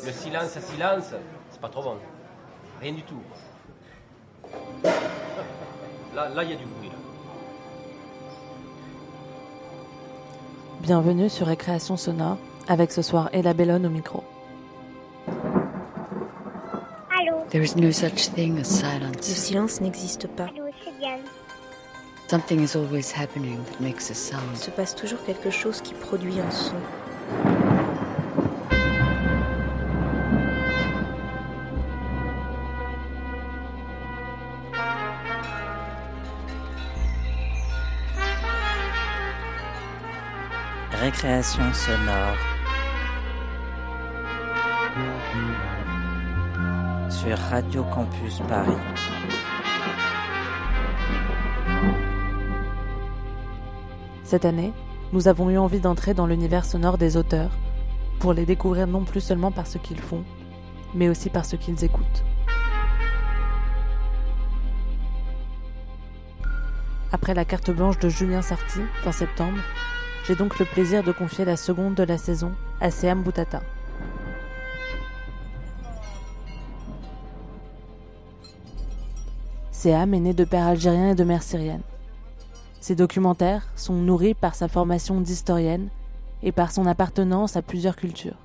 Le silence, c'est pas trop bon. Rien du tout. Là, il y a du bruit. Là. Bienvenue sur Récréation sonore, avec ce soir Ella Bellone au micro. Allô. There is no such thing as Le silence. silence n'existe pas. Allô, c'est Diane. Something is always happening that makes a Il sound. se passe toujours quelque chose qui produit un son. Récréation sonore sur Radio Campus Paris. Cette année, nous avons eu envie d'entrer dans l'univers sonore des auteurs, pour les découvrir non plus seulement par ce qu'ils font, mais aussi par ce qu'ils écoutent. Après la carte blanche de Julien Sarti, fin septembre, j'ai donc le plaisir de confier la seconde de la saison à Seham Bouttata. Seham est né de père algérien et de mère syrienne. Ses documentaires sont nourris par sa formation d'historienne et par son appartenance à plusieurs cultures.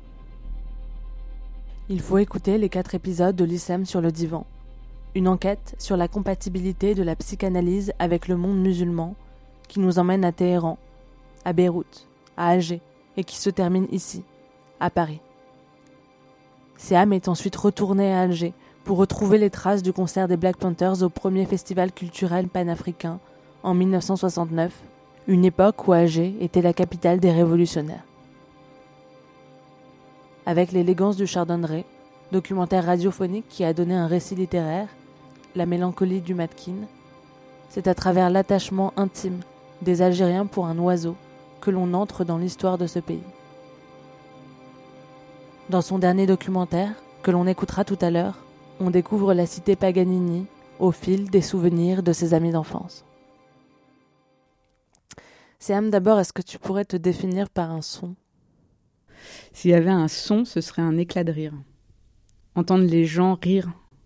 Il faut écouter les 4 épisodes de l'Islam sur le divan, une enquête sur la compatibilité de la psychanalyse avec le monde musulman qui nous emmène à Téhéran, à Beyrouth, à Alger et qui se termine ici, à Paris. Seham est ensuite retourné à Alger pour retrouver les traces du concert des Black Panthers au premier festival culturel panafricain en 1969, une époque où Alger était la capitale des révolutionnaires. Avec l'élégance du Chardonneret, documentaire radiophonique qui a donné un récit littéraire, La mélancolie du Matkin, c'est à travers l'attachement intime des Algériens pour un oiseau que l'on entre dans l'histoire de ce pays. Dans son dernier documentaire, que l'on écoutera tout à l'heure, on découvre la cité Paganini au fil des souvenirs de ses amis d'enfance. Seham, d'abord, est-ce que tu pourrais te définir par un son ? S'il y avait un son, ce serait un éclat de rire. Entendre les gens rire.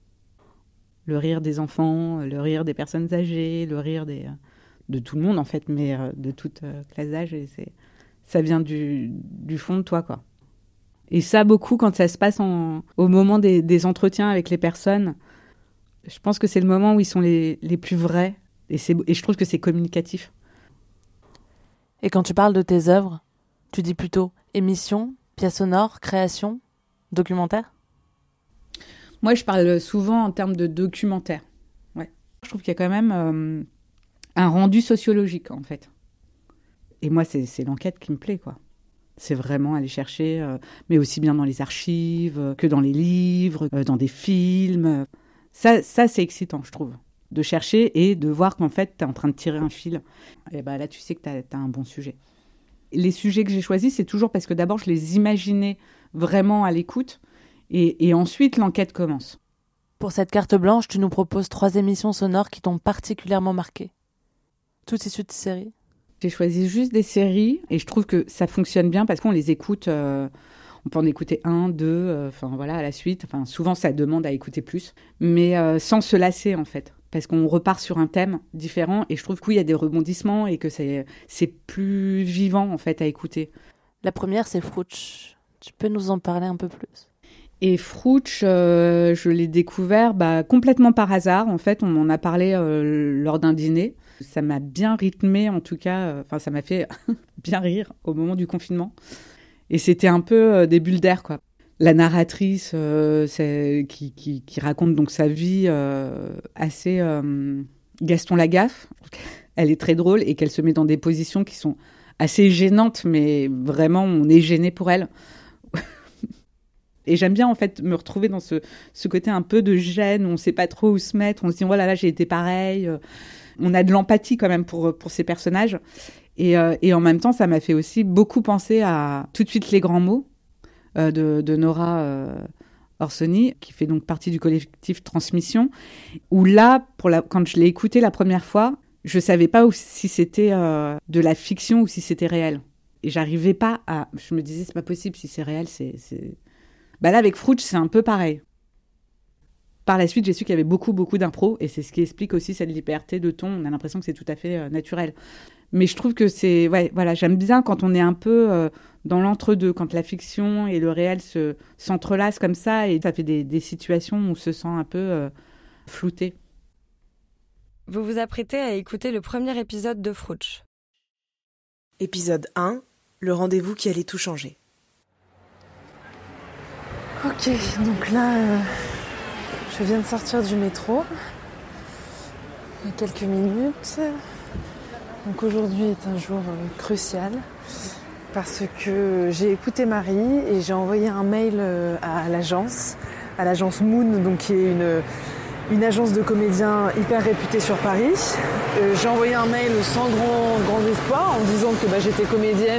Le rire des enfants, le rire des personnes âgées, le rire de tout le monde en fait, mais de toute classe d'âge. Et ça vient du fond de toi, quoi. Et ça, beaucoup, quand ça se passe au moment des entretiens avec les personnes, je pense que c'est le moment où ils sont les plus vrais. Et je trouve que c'est communicatif. Et quand tu parles de tes œuvres, tu dis plutôt émission, pièce sonore, création, documentaire ? Moi, je parle souvent en termes de documentaire. Ouais. Je trouve qu'il y a quand même un rendu sociologique, en fait. Et moi, c'est l'enquête qui me plaît, quoi. C'est vraiment aller chercher, mais aussi bien dans les archives, que dans les livres, dans des films. Ça, c'est excitant, je trouve. De chercher et de voir qu'en fait, tu es en train de tirer un fil. Et ben là, tu sais que tu as un bon sujet. Les sujets que j'ai choisis, c'est toujours parce que d'abord, je les imaginais vraiment à l'écoute. Et ensuite, l'enquête commence. Pour cette carte blanche, tu nous proposes 3 émissions sonores qui t'ont particulièrement marqué. Toutes issues de séries. J'ai choisi juste des séries et je trouve que ça fonctionne bien parce qu'on les écoute. On peut en écouter 1, 2, voilà, à la suite. Enfin, souvent, ça demande à écouter plus. Mais sans se lasser, en fait. Parce qu'on repart sur un thème différent et je trouve qu'il y a des rebondissements et que c'est plus vivant, en fait, à écouter. La première, c'est Frouch. Tu peux nous en parler un peu plus ? Et Frouch, je l'ai découvert complètement par hasard. En fait, on m'en a parlé lors d'un dîner. Ça m'a bien rythmé, en tout cas. Ça m'a fait bien rire au moment du confinement. Et c'était un peu des bulles d'air, quoi. La narratrice qui raconte donc sa vie assez Gaston Lagaffe. Elle est très drôle et qu'elle se met dans des positions qui sont assez gênantes, mais vraiment, on est gêné pour elle. Et j'aime bien, en fait, me retrouver dans ce côté un peu de gêne, où on ne sait pas trop où se mettre, on se dit, oh là là, j'ai été pareil. On a de l'empathie quand même pour ces personnages. Et en même temps, ça m'a fait aussi beaucoup penser à tout de suite Les Grands Mots de Nora Orsoni, qui fait donc partie du collectif Transmission, où là, quand je l'ai écouté la première fois, je ne savais pas si c'était de la fiction ou si c'était réel. Et j'arrivais pas à... Je me disais, c'est pas possible, si c'est réel, c'est... Bah là, avec Frouch, c'est un peu pareil. Par la suite, j'ai su qu'il y avait beaucoup d'impro, et c'est ce qui explique aussi cette liberté de ton. On a l'impression que c'est tout à fait naturel. Mais je trouve que c'est... Ouais, voilà, j'aime bien quand on est un peu dans l'entre-deux, quand la fiction et le réel s'entrelacent comme ça, et ça fait des situations où on se sent un peu flouté. Vous vous apprêtez à écouter le premier épisode de Frouch. Épisode 1, le rendez-vous qui allait tout changer. Ok, donc là, je viens de sortir du métro, il y a quelques minutes. Donc aujourd'hui est un jour crucial parce que j'ai écouté Marie et j'ai envoyé un mail à l'agence Moon, donc qui est une agence de comédiens hyper réputée sur Paris. J'ai envoyé un mail sans grand espoir en disant que j'étais comédienne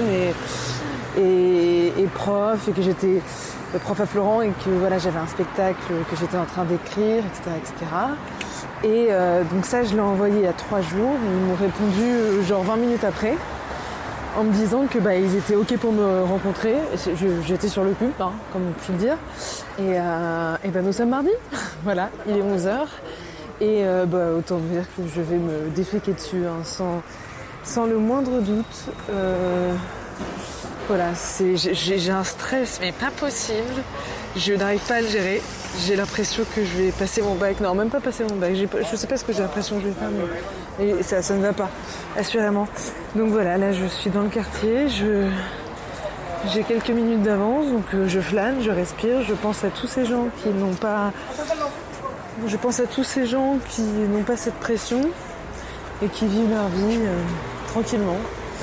et prof, et que j'étais prof à Florent, et que voilà, j'avais un spectacle que j'étais en train d'écrire, etc. Et donc ça, je l'ai envoyé il y a 3 jours. Ils m'ont répondu genre 20 minutes après, en me disant que ils étaient OK pour me rencontrer. J'étais sur le cul, comme on peut le dire. Et nous sommes mardi. Voilà, il est 11h. Et autant vous dire que je vais me déféquer dessus, sans le moindre doute. Voilà, j'ai un stress, mais pas possible. Je n'arrive pas à le gérer. J'ai l'impression que je vais passer mon bac. Non, même pas passer mon bac. Je sais pas ce que j'ai l'impression que je vais faire, mais ça ne va pas, assurément. Donc voilà, là je suis dans le quartier. J'ai quelques minutes d'avance, donc je flâne, je respire. Je pense à tous ces gens qui n'ont pas... Je pense à tous ces gens qui n'ont pas cette pression et qui vivent leur vie tranquillement.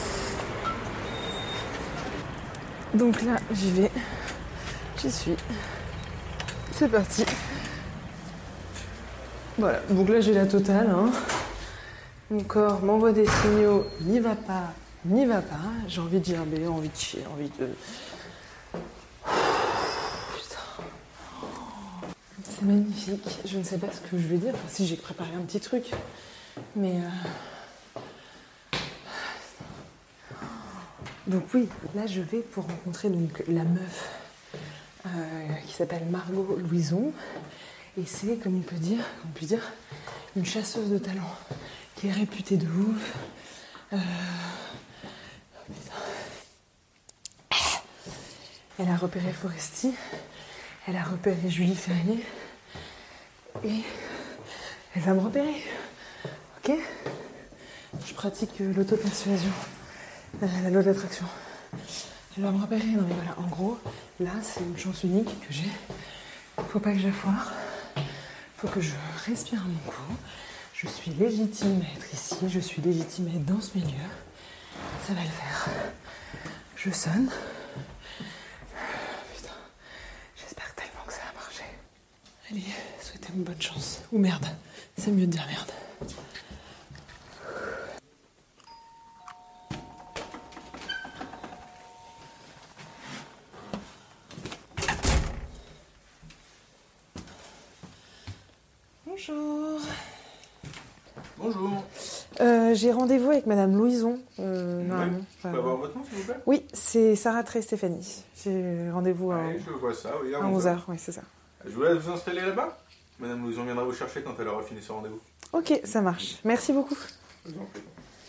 Donc là, j'y vais. J'y suis. C'est parti. Voilà, donc là j'ai la totale. Mon corps m'envoie des signaux. N'y va pas. J'ai envie de gerber, envie de chier, envie de... Putain. C'est magnifique. Je ne sais pas ce que je vais dire. Enfin, si, j'ai préparé un petit truc. Mais... Donc oui, là je vais pour rencontrer donc la meuf qui s'appelle Margot Louison, et c'est, comme on peut dire, une chasseuse de talent qui est réputée de ouf. Elle a repéré Foresti, elle a repéré Julie Ferrier, et elle va me repérer. Ok ? Je pratique l'auto-persuasion. La loi d'attraction. Elle va me repérer. Non mais voilà, en gros, là c'est une chance unique que j'ai. Faut pas que je la foire. Faut que je respire à mon cou. Je suis légitime à être ici. Je suis légitime à être dans ce milieu. Ça va le faire. Je sonne. Putain. J'espère tellement que ça va marcher. Allez, souhaitez-moi bonne chance. Ou merde. C'est mieux de dire merde. Bonjour. Bonjour. J'ai rendez-vous avec Madame Louison. Normalement. Je peux avoir votre nom, s'il vous plaît ? Oui, c'est Sarah Trey Stéphanie. J'ai rendez-vous à je vois ça, oui, à 11h. Oui, c'est ça. Je vous laisse vous installer là-bas. Madame Louison viendra vous chercher quand elle aura fini son rendez-vous. Ok, ça marche. Merci beaucoup. Je vous en prie.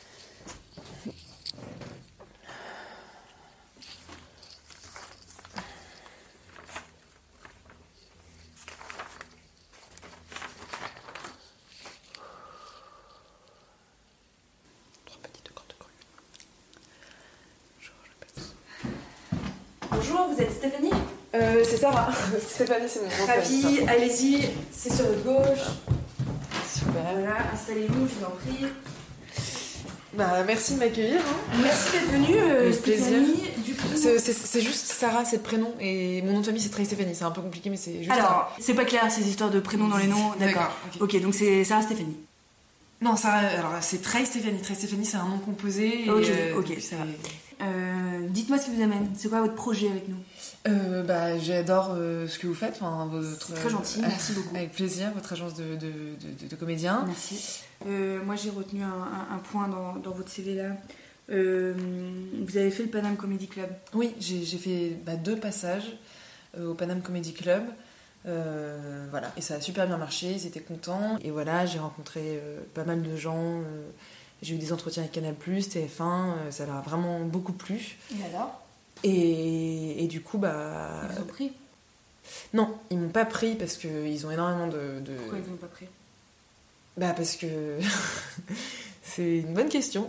Bonjour, vous êtes Stéphanie ? C'est Sarah. Stéphanie, c'est mon nom. Ravi, allez-y, c'est sur votre gauche. Super. Voilà, installez-vous, je vous en prie. Merci de m'accueillir. Merci d'être venue, Stéphanie. Du coup... C'est juste Sarah, c'est le prénom, et mon nom de famille c'est Trey Stéphanie. C'est un peu compliqué, mais c'est juste. Alors, c'est pas clair ces histoires de prénoms dans les noms. D'accord. Ok, donc c'est Sarah Stéphanie. Non, Sarah, alors c'est Trey Stéphanie. Trey Stéphanie, c'est un nom composé. Ok, ça va. Dites-moi ce qui vous amène. C'est quoi votre projet avec nous ? J'adore ce que vous faites. C'est très gentil, merci beaucoup. Avec plaisir, votre agence de comédiens. Merci. Moi, j'ai retenu un point dans votre CV là. Vous avez fait le Paname Comedy Club ? Oui, j'ai fait 2 passages. au Paname Comedy Club. Voilà, et ça a super bien marché, ils étaient contents. Et voilà, j'ai rencontré pas mal de gens. J'ai eu des entretiens avec Canal+, TF1, ça leur a vraiment beaucoup plu. Et alors ? Et du coup, bah... Ils vous ont pris ? Non, ils m'ont pas pris parce qu'ils ont énormément de... Pourquoi ils vous ont pas pris ? Bah parce que... c'est une bonne question.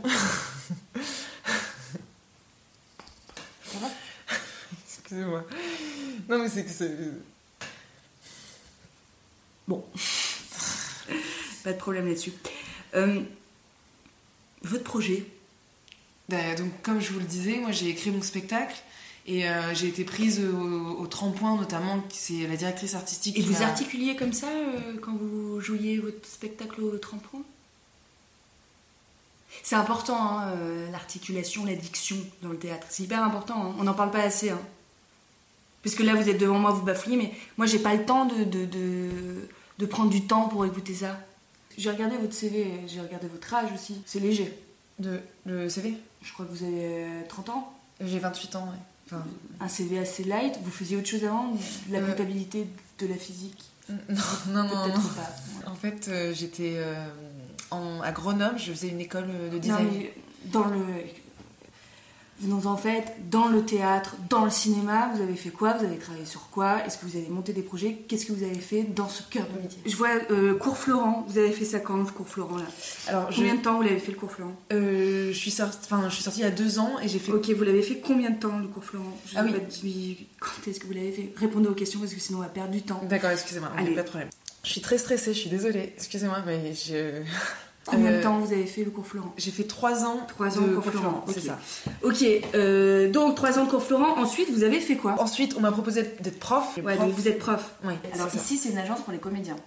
Ça va ? Excusez-moi. Non mais c'est que c'est... Bon. Pas de problème là-dessus. Votre projet ? Donc comme je vous le disais, moi j'ai écrit mon spectacle et j'ai été prise au Tremplin notamment, c'est la directrice artistique. Et vous articuliez comme ça quand vous jouiez votre spectacle au Tremplin ? C'est important, hein, l'articulation, la diction dans le théâtre. C'est hyper important, hein. On n'en parle pas assez. Hein. Parce que là, vous êtes devant moi, vous bafouillez, mais moi, j'ai pas le temps de prendre du temps pour écouter ça. J'ai regardé votre CV, j'ai regardé votre âge aussi. C'est léger. Le CV ? Je crois que vous avez 30 ans. J'ai 28 ans, ouais. Enfin... Un CV assez light. Vous faisiez autre chose avant ? De la comptabilité, de la physique ? Non. Pas. En fait, j'étais à Grenoble, je faisais une école de design. Non, mais venons en fait, dans le théâtre, dans le cinéma, vous avez fait quoi ? Vous avez travaillé sur quoi ? Est-ce que vous avez monté des projets ? Qu'est-ce que vous avez fait dans ce cœur de métier ? Je vois cours Florent, vous avez fait ça quand, le cours Florent là ? Alors, combien de temps vous l'avez fait le cours Florent ? je suis sortie il y a 2 ans et j'ai fait... Ok, vous l'avez fait combien de temps le cours Florent ? Ah oui. Quand est-ce que vous l'avez fait ? Répondez aux questions parce que sinon on va perdre du temps. D'accord, excusez-moi, pas de problème. Je suis très stressée, je suis désolée, excusez-moi, mais je... Combien de temps vous avez fait le cours Florent ? J'ai fait 3 ans. 3 ans de cours Florent, c'est ça. Ok, donc 3 ans de cours Florent, ensuite vous avez fait quoi ? Ensuite, on m'a proposé d'être prof. Ouais, donc vous êtes prof. Oui. Alors ici, c'est une agence pour les comédiens.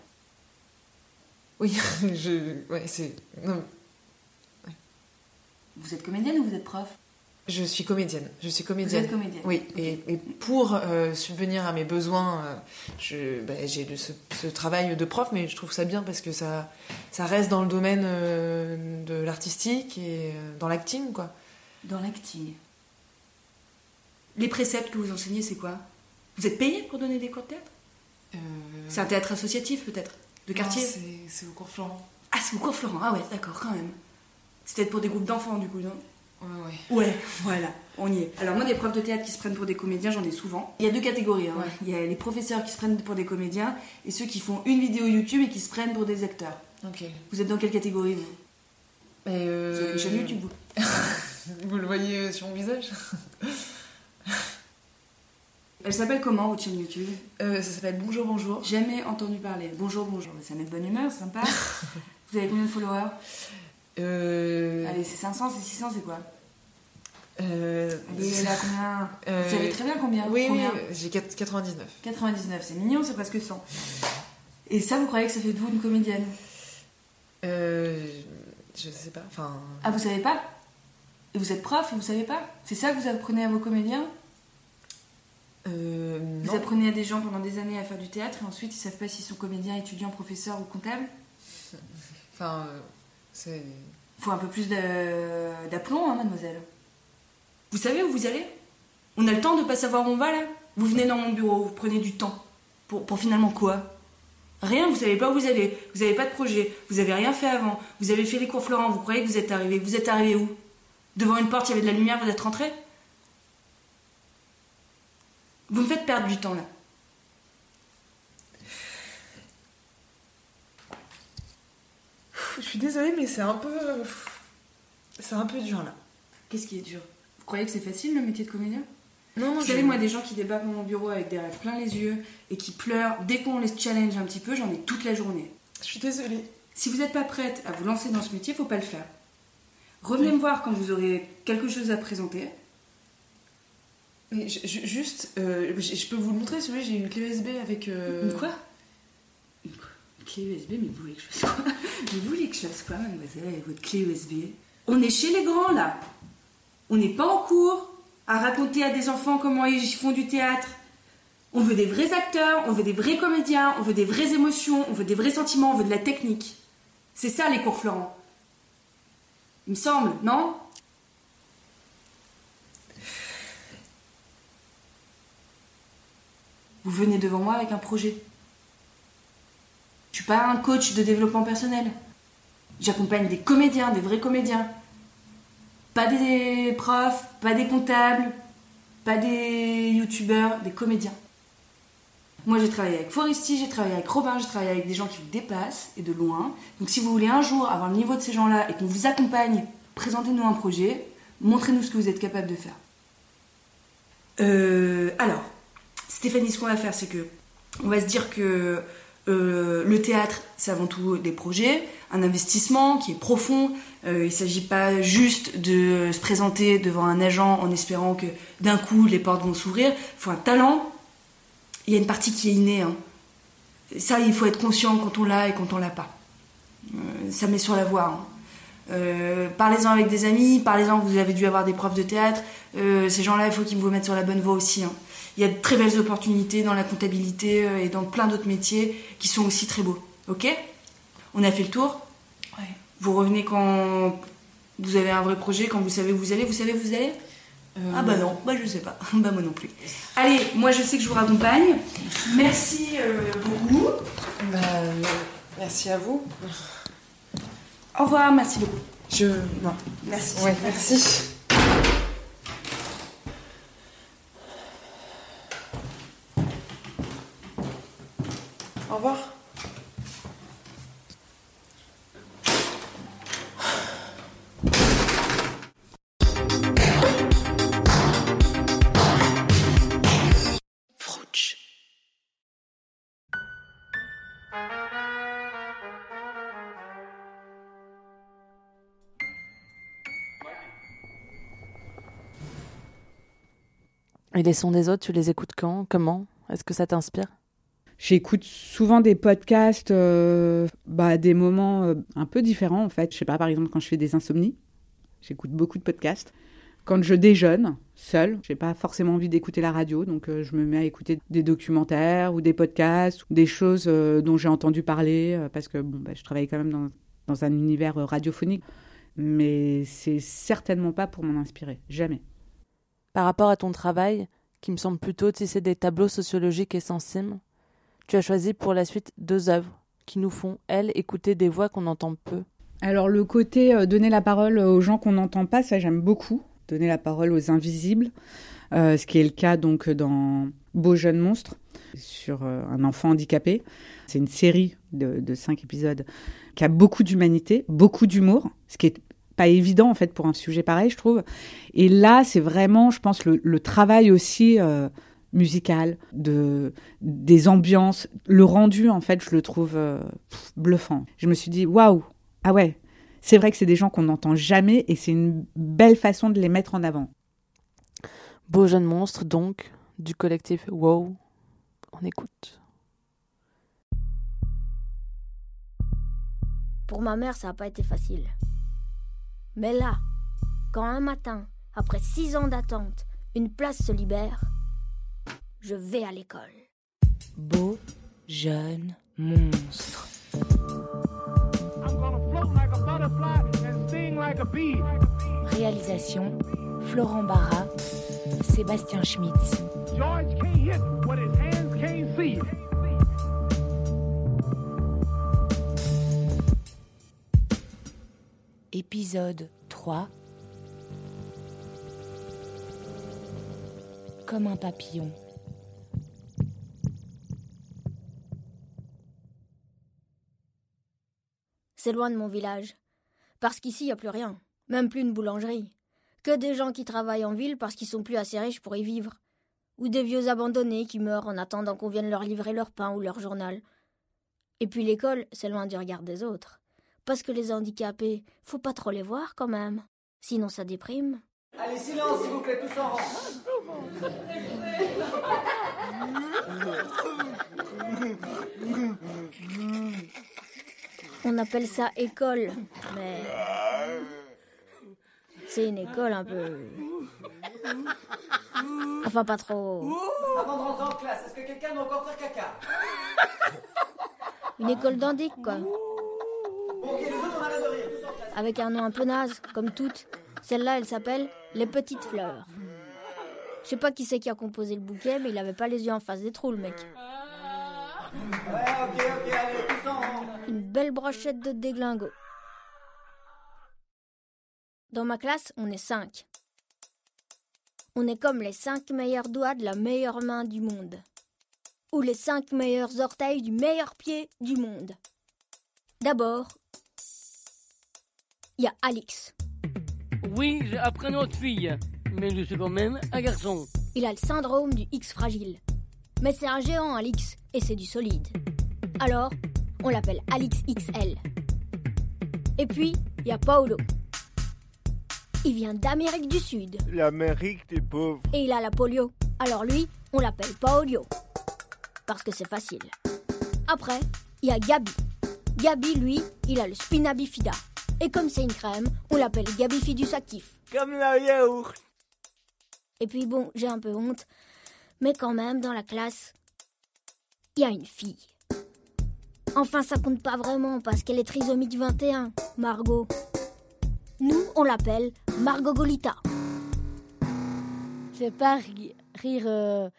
Oui, ouais, c'est... Non. Ouais. Vous êtes comédienne ou vous êtes prof ? Je suis comédienne. Vous êtes comédienne. Oui, et pour subvenir à mes besoins, j'ai ce travail de prof, mais je trouve ça bien parce que ça reste dans le domaine de l'artistique et dans l'acting, quoi. Dans l'acting. Les préceptes que vous enseignez, c'est quoi ? Vous êtes payé pour donner des cours de théâtre ? C'est un théâtre associatif, peut-être ? De quartier ? Non, c'est au cours Florent. Ah, c'est au cours Florent. Ah ouais, d'accord, quand même. C'est peut-être pour des groupes d'enfants, du coup, non ? Ouais, voilà, on y est. Alors moi, des profs de théâtre qui se prennent pour des comédiens, j'en ai souvent. Il y a 2 catégories. Hein. Ouais. Il y a les professeurs qui se prennent pour des comédiens et ceux qui font une vidéo YouTube et qui se prennent pour des acteurs. Ok. Vous êtes dans quelle catégorie, vous ? Vous avez une chaîne YouTube, vous ? Vous le voyez sur mon visage ? Elle s'appelle comment, votre chaîne YouTube ? Ça s'appelle Bonjour Bonjour. Jamais entendu parler. Bonjour Bonjour. Ça met de bonne humeur, c'est sympa. Vous avez combien de followers ? Allez, c'est 500, c'est 600, c'est quoi ? Allez, là, combien ? Vous savez très bien combien ? Oui, combien ? Oui, j'ai 99. 99, c'est mignon, c'est presque 100. Et ça, vous croyez que ça fait de vous une comédienne ? Je sais pas, enfin... Ah, vous savez pas ? Et vous êtes prof et vous savez pas ? C'est ça que vous apprenez à vos comédiens ? Vous apprenez à des gens pendant des années à faire du théâtre et ensuite ils savent pas s'ils sont comédiens, étudiants, professeurs ou comptables ? Enfin, c'est... Faut un peu plus d'aplomb, hein, mademoiselle. Vous savez où vous allez ? On a le temps de pas savoir où on va, là ? Vous venez dans mon bureau, vous prenez du temps. Pour finalement quoi ? Rien, vous savez pas où vous allez. Vous avez pas de projet. Vous avez rien fait avant. Vous avez fait les cours Florent. Vous croyez que vous êtes arrivé. Vous êtes arrivé où ? Devant une porte, il y avait de la lumière, vous êtes rentré ? Vous me faites perdre du temps, là. Je suis désolée, mais c'est un peu dur, là. Qu'est-ce qui est dur ? Vous croyez que c'est facile, le métier de comédien ? Non, vous savez, moi, des gens qui débarquent dans mon bureau avec des rêves plein les yeux et qui pleurent, dès qu'on les challenge un petit peu, j'en ai toute la journée. Je suis désolée. Si vous n'êtes pas prête à vous lancer dans ce métier, faut pas le faire. Revenez me voir quand vous aurez quelque chose à présenter. Mais je peux vous le montrer, si vous voulez, j'ai une clé USB avec... Une quoi ? Une clé USB, mais vous voulez que je fasse quoi ? Mais vous voulez que je fasse quoi, mademoiselle, avec votre clé USB ? On est chez les grands, là. On n'est pas en cours à raconter à des enfants comment ils font du théâtre. On veut des vrais acteurs, on veut des vrais comédiens, on veut des vraies émotions, on veut des vrais sentiments, on veut de la technique. C'est ça, les cours Florent. Il me semble, non ? vous venez devant moi avec un projet. Je suis pas un coach de développement personnel. J'accompagne des comédiens, des vrais comédiens. Pas des profs, pas des comptables, pas des youtubeurs, des comédiens. Moi, j'ai travaillé avec Foresti, j'ai travaillé avec Robin, j'ai travaillé avec des gens qui vous dépassent et de loin. Donc si vous voulez un jour avoir le niveau de ces gens-là et qu'on vous accompagne, présentez-nous un projet, montrez-nous ce que vous êtes capable de faire. Alors, Stéphanie, ce qu'on va faire, c'est que on va se dire que le théâtre, c'est avant tout des projets, un investissement qui est profond. Il ne s'agit pas juste de se présenter devant un agent en espérant que d'un coup les portes vont s'ouvrir. Il faut un talent. Il y a une partie qui est innée. Hein. Ça, il faut être conscient quand on l'a et quand on l'a pas. Ça met sur la voie. Hein. Parlez-en avec des amis, parlez-en que vous avez dû avoir des profs de théâtre. Ces gens-là, il faut qu'ils vous mettent sur la bonne voie aussi. Hein. Il y a de très belles opportunités dans la comptabilité et dans plein d'autres métiers qui sont aussi très beaux. Ok ? On a fait le tour. Ouais. Vous revenez quand vous avez un vrai projet, quand vous savez où vous allez. Vous savez où vous allez ? Ah bah non, bah je sais pas. Bah moi non plus. Allez, moi je sais que je vous raccompagne. Merci beaucoup. Merci à vous. Au revoir, merci beaucoup. Non. Merci. Ouais, merci. Au revoir. Et les sons des autres, tu les écoutes quand ? Comment ? Est-ce que ça t'inspire ? J'écoute souvent des podcasts à des moments un peu différents, en fait. Je sais pas, par exemple, quand je fais des insomnies, j'écoute beaucoup de podcasts. Quand je déjeune, seule, j'ai pas forcément envie d'écouter la radio, donc je me mets à écouter des documentaires ou des podcasts, ou des choses dont j'ai entendu parler, parce que je travaille quand même dans un univers radiophonique. Mais c'est certainement pas pour m'en inspirer, jamais. Par rapport à ton travail, qui me semble plutôt tisser des tableaux sociologiques et sensibles, tu as choisi pour la suite 2 œuvres qui nous font, elles, écouter des voix qu'on entend peu. Alors le côté donner la parole aux gens qu'on n'entend pas, ça j'aime beaucoup. Donner la parole aux invisibles, ce qui est le cas donc dans Beau jeune monstre, sur un enfant handicapé. C'est une série de 5 épisodes qui a beaucoup d'humanité, beaucoup d'humour, ce qui est pas évident en fait pour un sujet pareil, je trouve. Et là, c'est vraiment, je pense, le travail aussi musical, des ambiances, le rendu en fait, je le trouve bluffant. Je me suis dit waouh, ah ouais, c'est vrai que c'est des gens qu'on n'entend jamais et c'est une belle façon de les mettre en avant. Beau jeune monstre donc du collectif Wow, on écoute. Pour ma mère, ça n'a pas été facile. Mais là, quand un matin, après 6 ans d'attente, une place se libère, je vais à l'école. Beau jeune monstre. Réalisation Florent Barra, Sébastien Schmitz. Épisode 3. Comme un papillon. C'est loin de mon village. Parce qu'ici, il n'y a plus rien. Même plus une boulangerie. Que des gens qui travaillent en ville parce qu'ils sont plus assez riches pour y vivre. Ou des vieux abandonnés qui meurent en attendant qu'on vienne leur livrer leur pain ou leur journal. Et puis l'école, c'est loin du regard des autres. Parce que les handicapés, faut pas trop les voir quand même. Sinon ça déprime. Allez, silence s'il vous plaît, tous en rang. On appelle ça école, mais... c'est une école un peu... enfin pas trop... Avant de rentrer en classe, est-ce que quelqu'un doit encore faire caca? Une école d'indic, quoi. Bon, ok, les autres, on arrête de rire, tous en classe. Avec un nom un peu naze, comme toutes. Celle-là, elle s'appelle Les Petites Fleurs. Je sais pas qui c'est qui a composé le bouquet, mais il avait pas les yeux en face des trous, le mec. Ouais, ok, allez, tous en rang. Une belle brochette de déglingo. Dans ma classe, on est 5. On est comme les 5 meilleurs doigts de la meilleure main du monde. Ou les 5 meilleurs orteils du meilleur pied du monde. D'abord, il y a Alix. Oui, j'ai un prénom de fille, mais je suis quand même un garçon. Il a le syndrome du X fragile. Mais c'est un géant, Alix, et c'est du solide. Alors, on l'appelle Alix XL. Et puis, il y a Paolo. Il vient d'Amérique du Sud. L'Amérique des pauvres. Et il a la polio. Alors lui, on l'appelle Paolio. Parce que c'est facile. Après, il y a Gabi. Gabi, lui, il a le spina bifida. Et comme c'est une crème, on l'appelle Gabifidus actif. Comme la yaourt. Et puis bon, j'ai un peu honte. Mais quand même, dans la classe, il y a une fille. Enfin, ça compte pas vraiment parce qu'elle est trisomique 21, Margot. Nous, on l'appelle Margot Golita. C'est pas rire...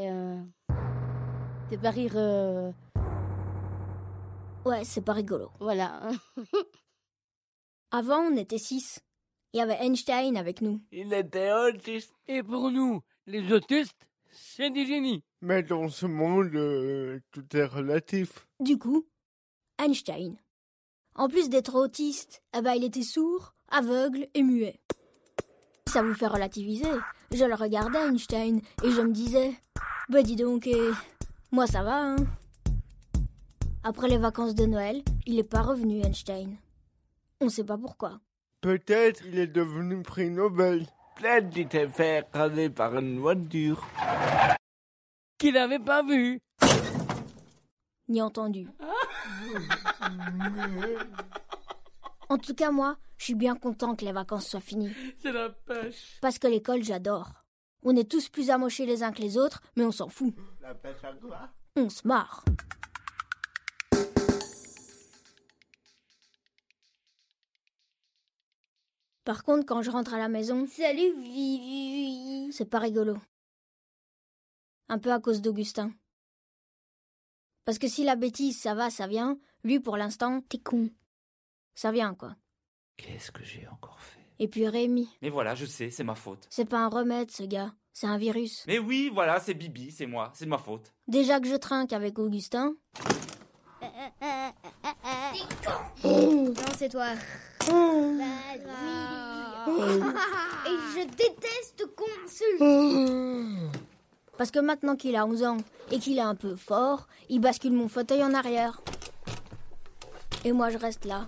C'est pas rire... Ouais, c'est pas rigolo. Voilà. Avant, on était 6. Il y avait Einstein avec nous. Il était autiste. Et pour nous, les autistes, c'est des génies. Mais dans ce monde, tout est relatif. Du coup, Einstein. En plus d'être autiste, il était sourd, aveugle et muet. Ça vous fait relativiser. Je le regardais, Einstein, et je me disais, dis donc, moi ça va, hein. Après les vacances de Noël, il est pas revenu, Einstein. On sait pas pourquoi. Peut-être il est devenu prix Nobel. Peut-être qu'il s'est fait écraser par une voiture. Qu'il n'avait pas vu. Ni entendu. En tout cas, moi, je suis bien content que les vacances soient finies. C'est la pêche. Parce que l'école, j'adore. On est tous plus amochés les uns que les autres, mais on s'en fout. La pêche à quoi? On se marre. Par contre, quand je rentre à la maison... Salut, Vivi. C'est pas rigolo. Un peu à cause d'Augustin. Parce que si la bêtise, ça va, ça vient, lui, pour l'instant, t'es con. Ça vient, quoi. Qu'est-ce que j'ai encore fait? Et puis Rémi. Mais voilà, je sais, c'est ma faute. C'est pas un remède, ce gars. C'est un virus. Mais oui, voilà, c'est Bibi, c'est moi, c'est de ma faute. Déjà que je trinque avec Augustin... Non, c'est toi. Et je déteste qu'on m'insulte. Parce que maintenant qu'il a 11 ans et qu'il est un peu fort, il bascule mon fauteuil en arrière. Et moi, je reste là.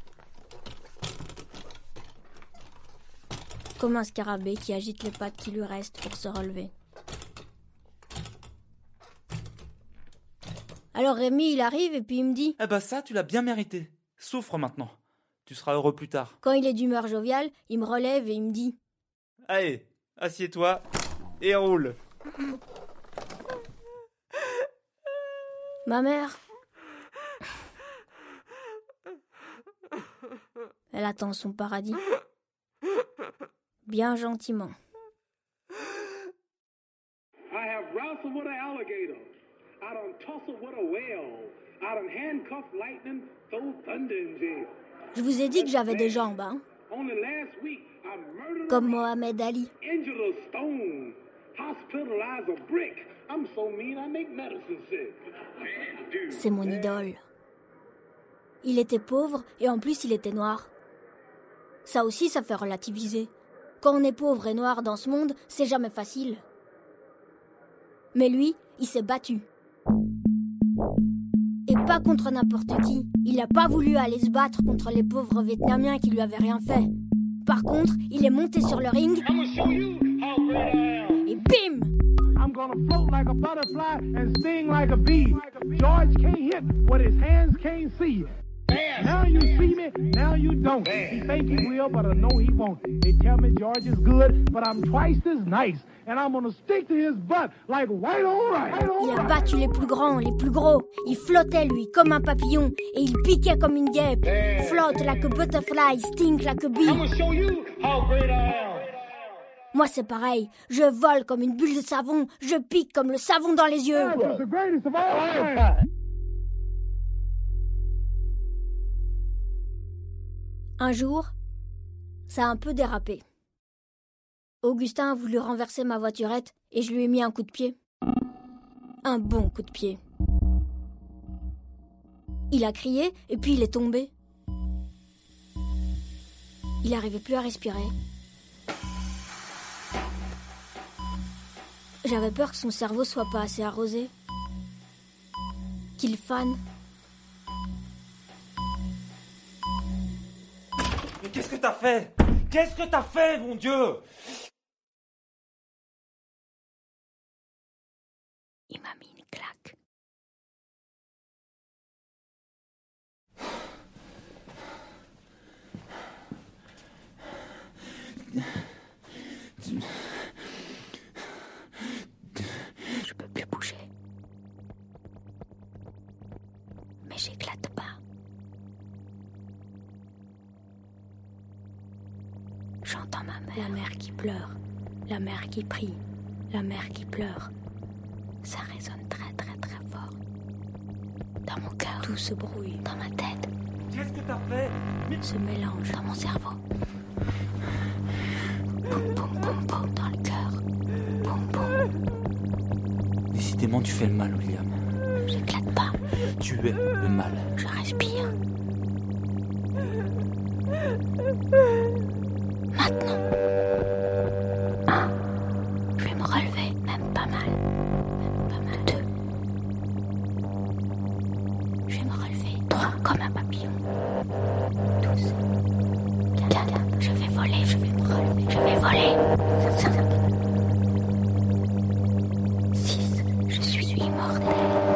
Comme un scarabée qui agite les pattes qui lui restent pour se relever. Alors Rémi, il arrive et puis il me dit... Eh ben ça, tu l'as bien mérité. Souffre maintenant. Tu seras heureux plus tard. Quand il est d'humeur joviale, il me relève et il me dit... Allez, assieds-toi et roule. Ma mère... Elle attend son paradis. Bien gentiment. I have wrestled with an alligator. I done tussled with a whale. I done handcuffed lightning, throw thunder in jail. Je vous ai dit que j'avais des jambes, hein. Only last week, I murdered Comme Mohamed Ali. injured a stone, hospitalized a brick. I'm so mean I make medicine sick. C'est mon idole. Il était pauvre et en plus il était noir. Ça aussi, ça fait relativiser. Quand on est pauvre et noir dans ce monde, c'est jamais facile. Mais lui, il s'est battu. Et pas contre n'importe qui. Il n'a pas voulu aller se battre contre les pauvres Vietnamiens qui lui avaient rien fait. Par contre, il est monté sur le ring. Et bim! I'm gonna float like a butterfly and sting like a bee. George can't hit what his hands can't see. Now you see me, now you don't. He think he will, but I know he won't. They tell me George is good, but I'm twice as nice. And I'm gonna stick to his butt like white on rice. Il a battu les plus grands, les plus gros. Il flottait, lui, comme un papillon. Et il piquait comme une guêpe. Flotte like a butterfly, stink like a bee. I'm gonna show you how great I am. Moi, c'est pareil. Je vole comme une bulle de savon. Je pique comme le savon dans les yeux. Un jour, ça a un peu dérapé. Augustin a voulu renverser ma voiturette et je lui ai mis un coup de pied. Un bon coup de pied. Il a crié et puis il est tombé. Il n'arrivait plus à respirer. J'avais peur que son cerveau soit pas assez arrosé. Qu'il fane. Mais qu'est-ce que t'as fait? Qu'est-ce que t'as fait, mon Dieu? Il m'a mis une claque. Je peux plus bouger. Mais j'éclate pas. J'entends ma mère. La mère qui pleure. La mère qui prie. La mère qui pleure. Ça résonne très très très fort. Dans mon cœur, tout se brouille. Dans ma tête. Qu'est-ce que t'as fait? Se mélange dans mon cerveau. Boum boum boum boum dans le cœur. Boum boum. Décidément, tu fais le mal, William. J'éclate pas. Tu es le mal. Je respire. Maintenant. 1. Je vais me relever, même pas mal. Même pas mal. 2. Je vais me relever. 3. Comme un papillon. 12. 4. Je vais voler, je vais me relever. Je vais voler. 5. 6. Je suis immortel.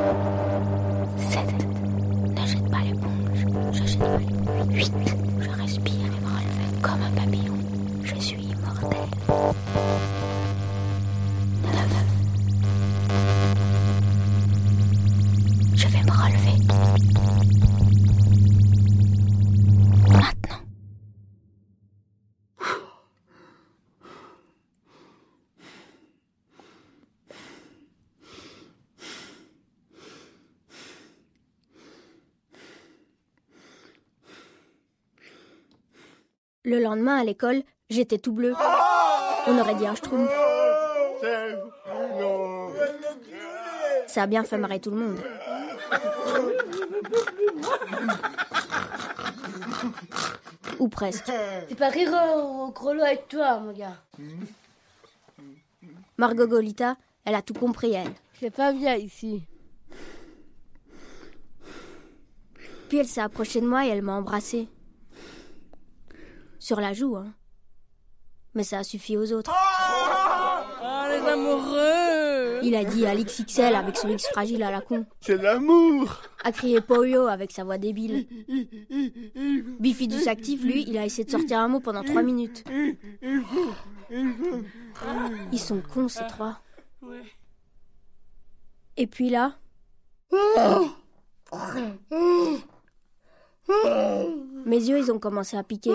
7. Ne jette pas l'éponge. Je jette pas l'éponge. 8. Je respire et me relever comme un papillon. Je suis immortel. 9. Je vais me relever. Maintenant. Le lendemain à l'école, j'étais tout bleu. On aurait dit un schtroumpf. Ça a bien fait marrer tout le monde. Ou presque. C'est pas rire au gros lot avec toi, mon gars. Margot Golita, elle a tout compris, elle. C'est pas bien ici. Puis elle s'est approchée de moi et elle m'a embrassée. Sur la joue, hein. Mais ça a suffi aux autres. Ah, les amoureux! Il a dit à l'XXL avec son X fragile à la con. C'est l'amour! A crié Pollo avec sa voix débile. Bifidus actif, lui, il a essayé de sortir un mot pendant 3 minutes. Ils sont cons, ces trois. Et puis là... Mes yeux, ils ont commencé à piquer.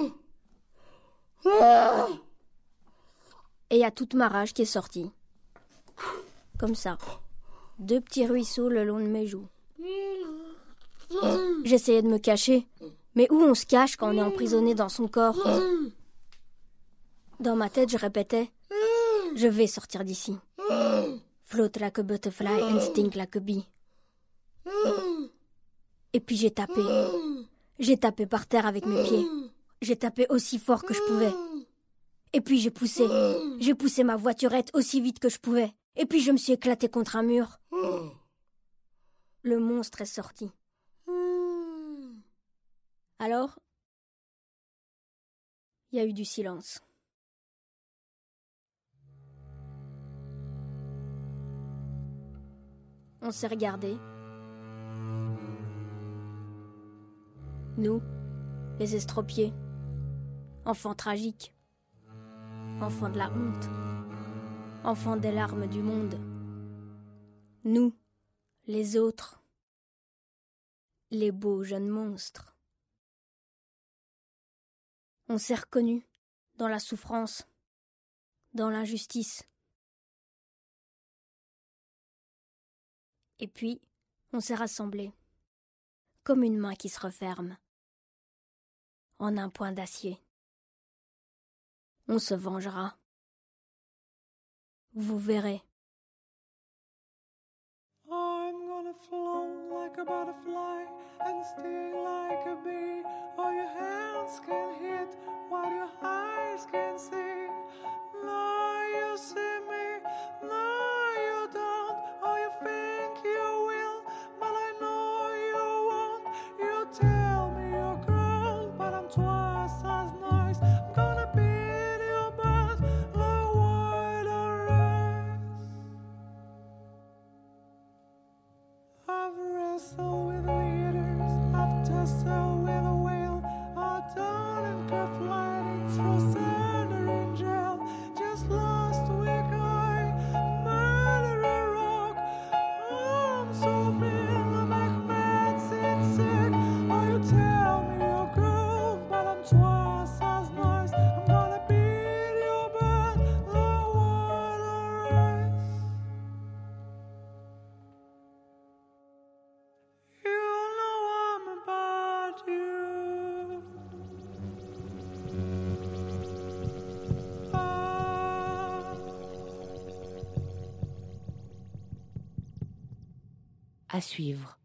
Et il y a toute ma rage qui est sortie. Comme ça. 2 petits ruisseaux le long de mes joues. J'essayais de me cacher. Mais où on se cache quand on est emprisonné dans son corps? Dans ma tête, je répétais: je vais sortir d'ici. Float like a butterfly and sting like a bee. Et puis j'ai tapé. J'ai tapé par terre avec mes pieds. J'ai tapé aussi fort que je pouvais. Et puis j'ai poussé. J'ai poussé ma voiturette aussi vite que je pouvais. Et puis je me suis éclaté contre un mur. Le monstre est sorti. Alors, il y a eu du silence. On s'est regardés. Nous, les estropiés, enfants tragiques, enfants de la honte, enfants des larmes du monde. Nous, les autres, les beaux jeunes monstres. On s'est reconnus dans la souffrance, dans l'injustice. Et puis, on s'est rassemblés, comme une main qui se referme, en un point d'acier. On se vengera. Vous verrez. I'm gonna float like a butterfly and sting like a bee. All your hands can hit what your eyes can see. No, you see me, no, you don't. Oh, you think you will, but I know you won't. You tell me you're cold, but I'm twice as nice. I'm gonna beat you, but the wider race. I've wrestled with leaders, I've tussled with a whale. I've done and cuff lighting through center in jail. Just last week I murdered a rock. Oh, I'm so mean, I make mad sick. Oh, you tell me you're cool, but I'm twice as nice. I'm gonna beat you, but the water race. You know I'm about you. À suivre.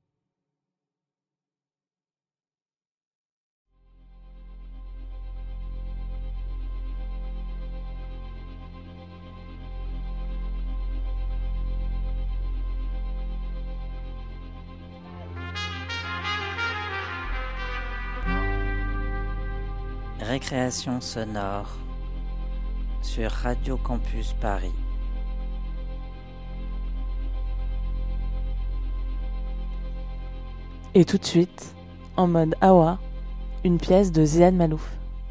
Récréation sonore sur Radio Campus Paris. Et tout de suite, en mode Awa, une pièce de Ziad Malouf.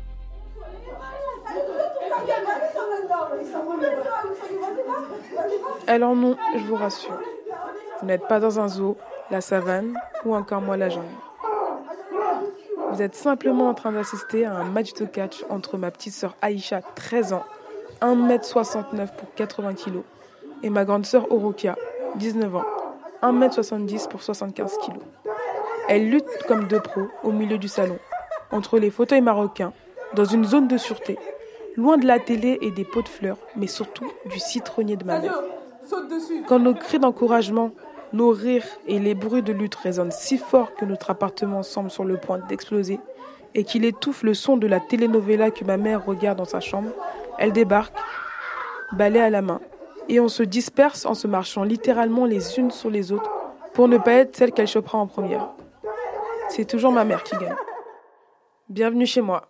Alors non, je vous rassure. Vous n'êtes pas dans un zoo, la savane ou encore moi la jungle. Vous êtes simplement en train d'assister à un match de catch entre ma petite sœur Aïcha, 13 ans, 1m69 pour 80 kg, et ma grande sœur Orokia, 19 ans, 1m70 pour 75 kg. Elles luttent comme deux pros au milieu du salon, entre les fauteuils marocains, dans une zone de sûreté, loin de la télé et des pots de fleurs, mais surtout du citronnier de ma mère. Quand nos cris d'encouragement, nos rires et les bruits de lutte résonnent si fort que notre appartement semble sur le point d'exploser et qu'il étouffe le son de la telenovela que ma mère regarde dans sa chambre, elle débarque, balai à la main, et on se disperse en se marchant littéralement les unes sur les autres pour ne pas être celle qu'elle chopera en première. C'est toujours ma mère qui gagne. Bienvenue chez moi.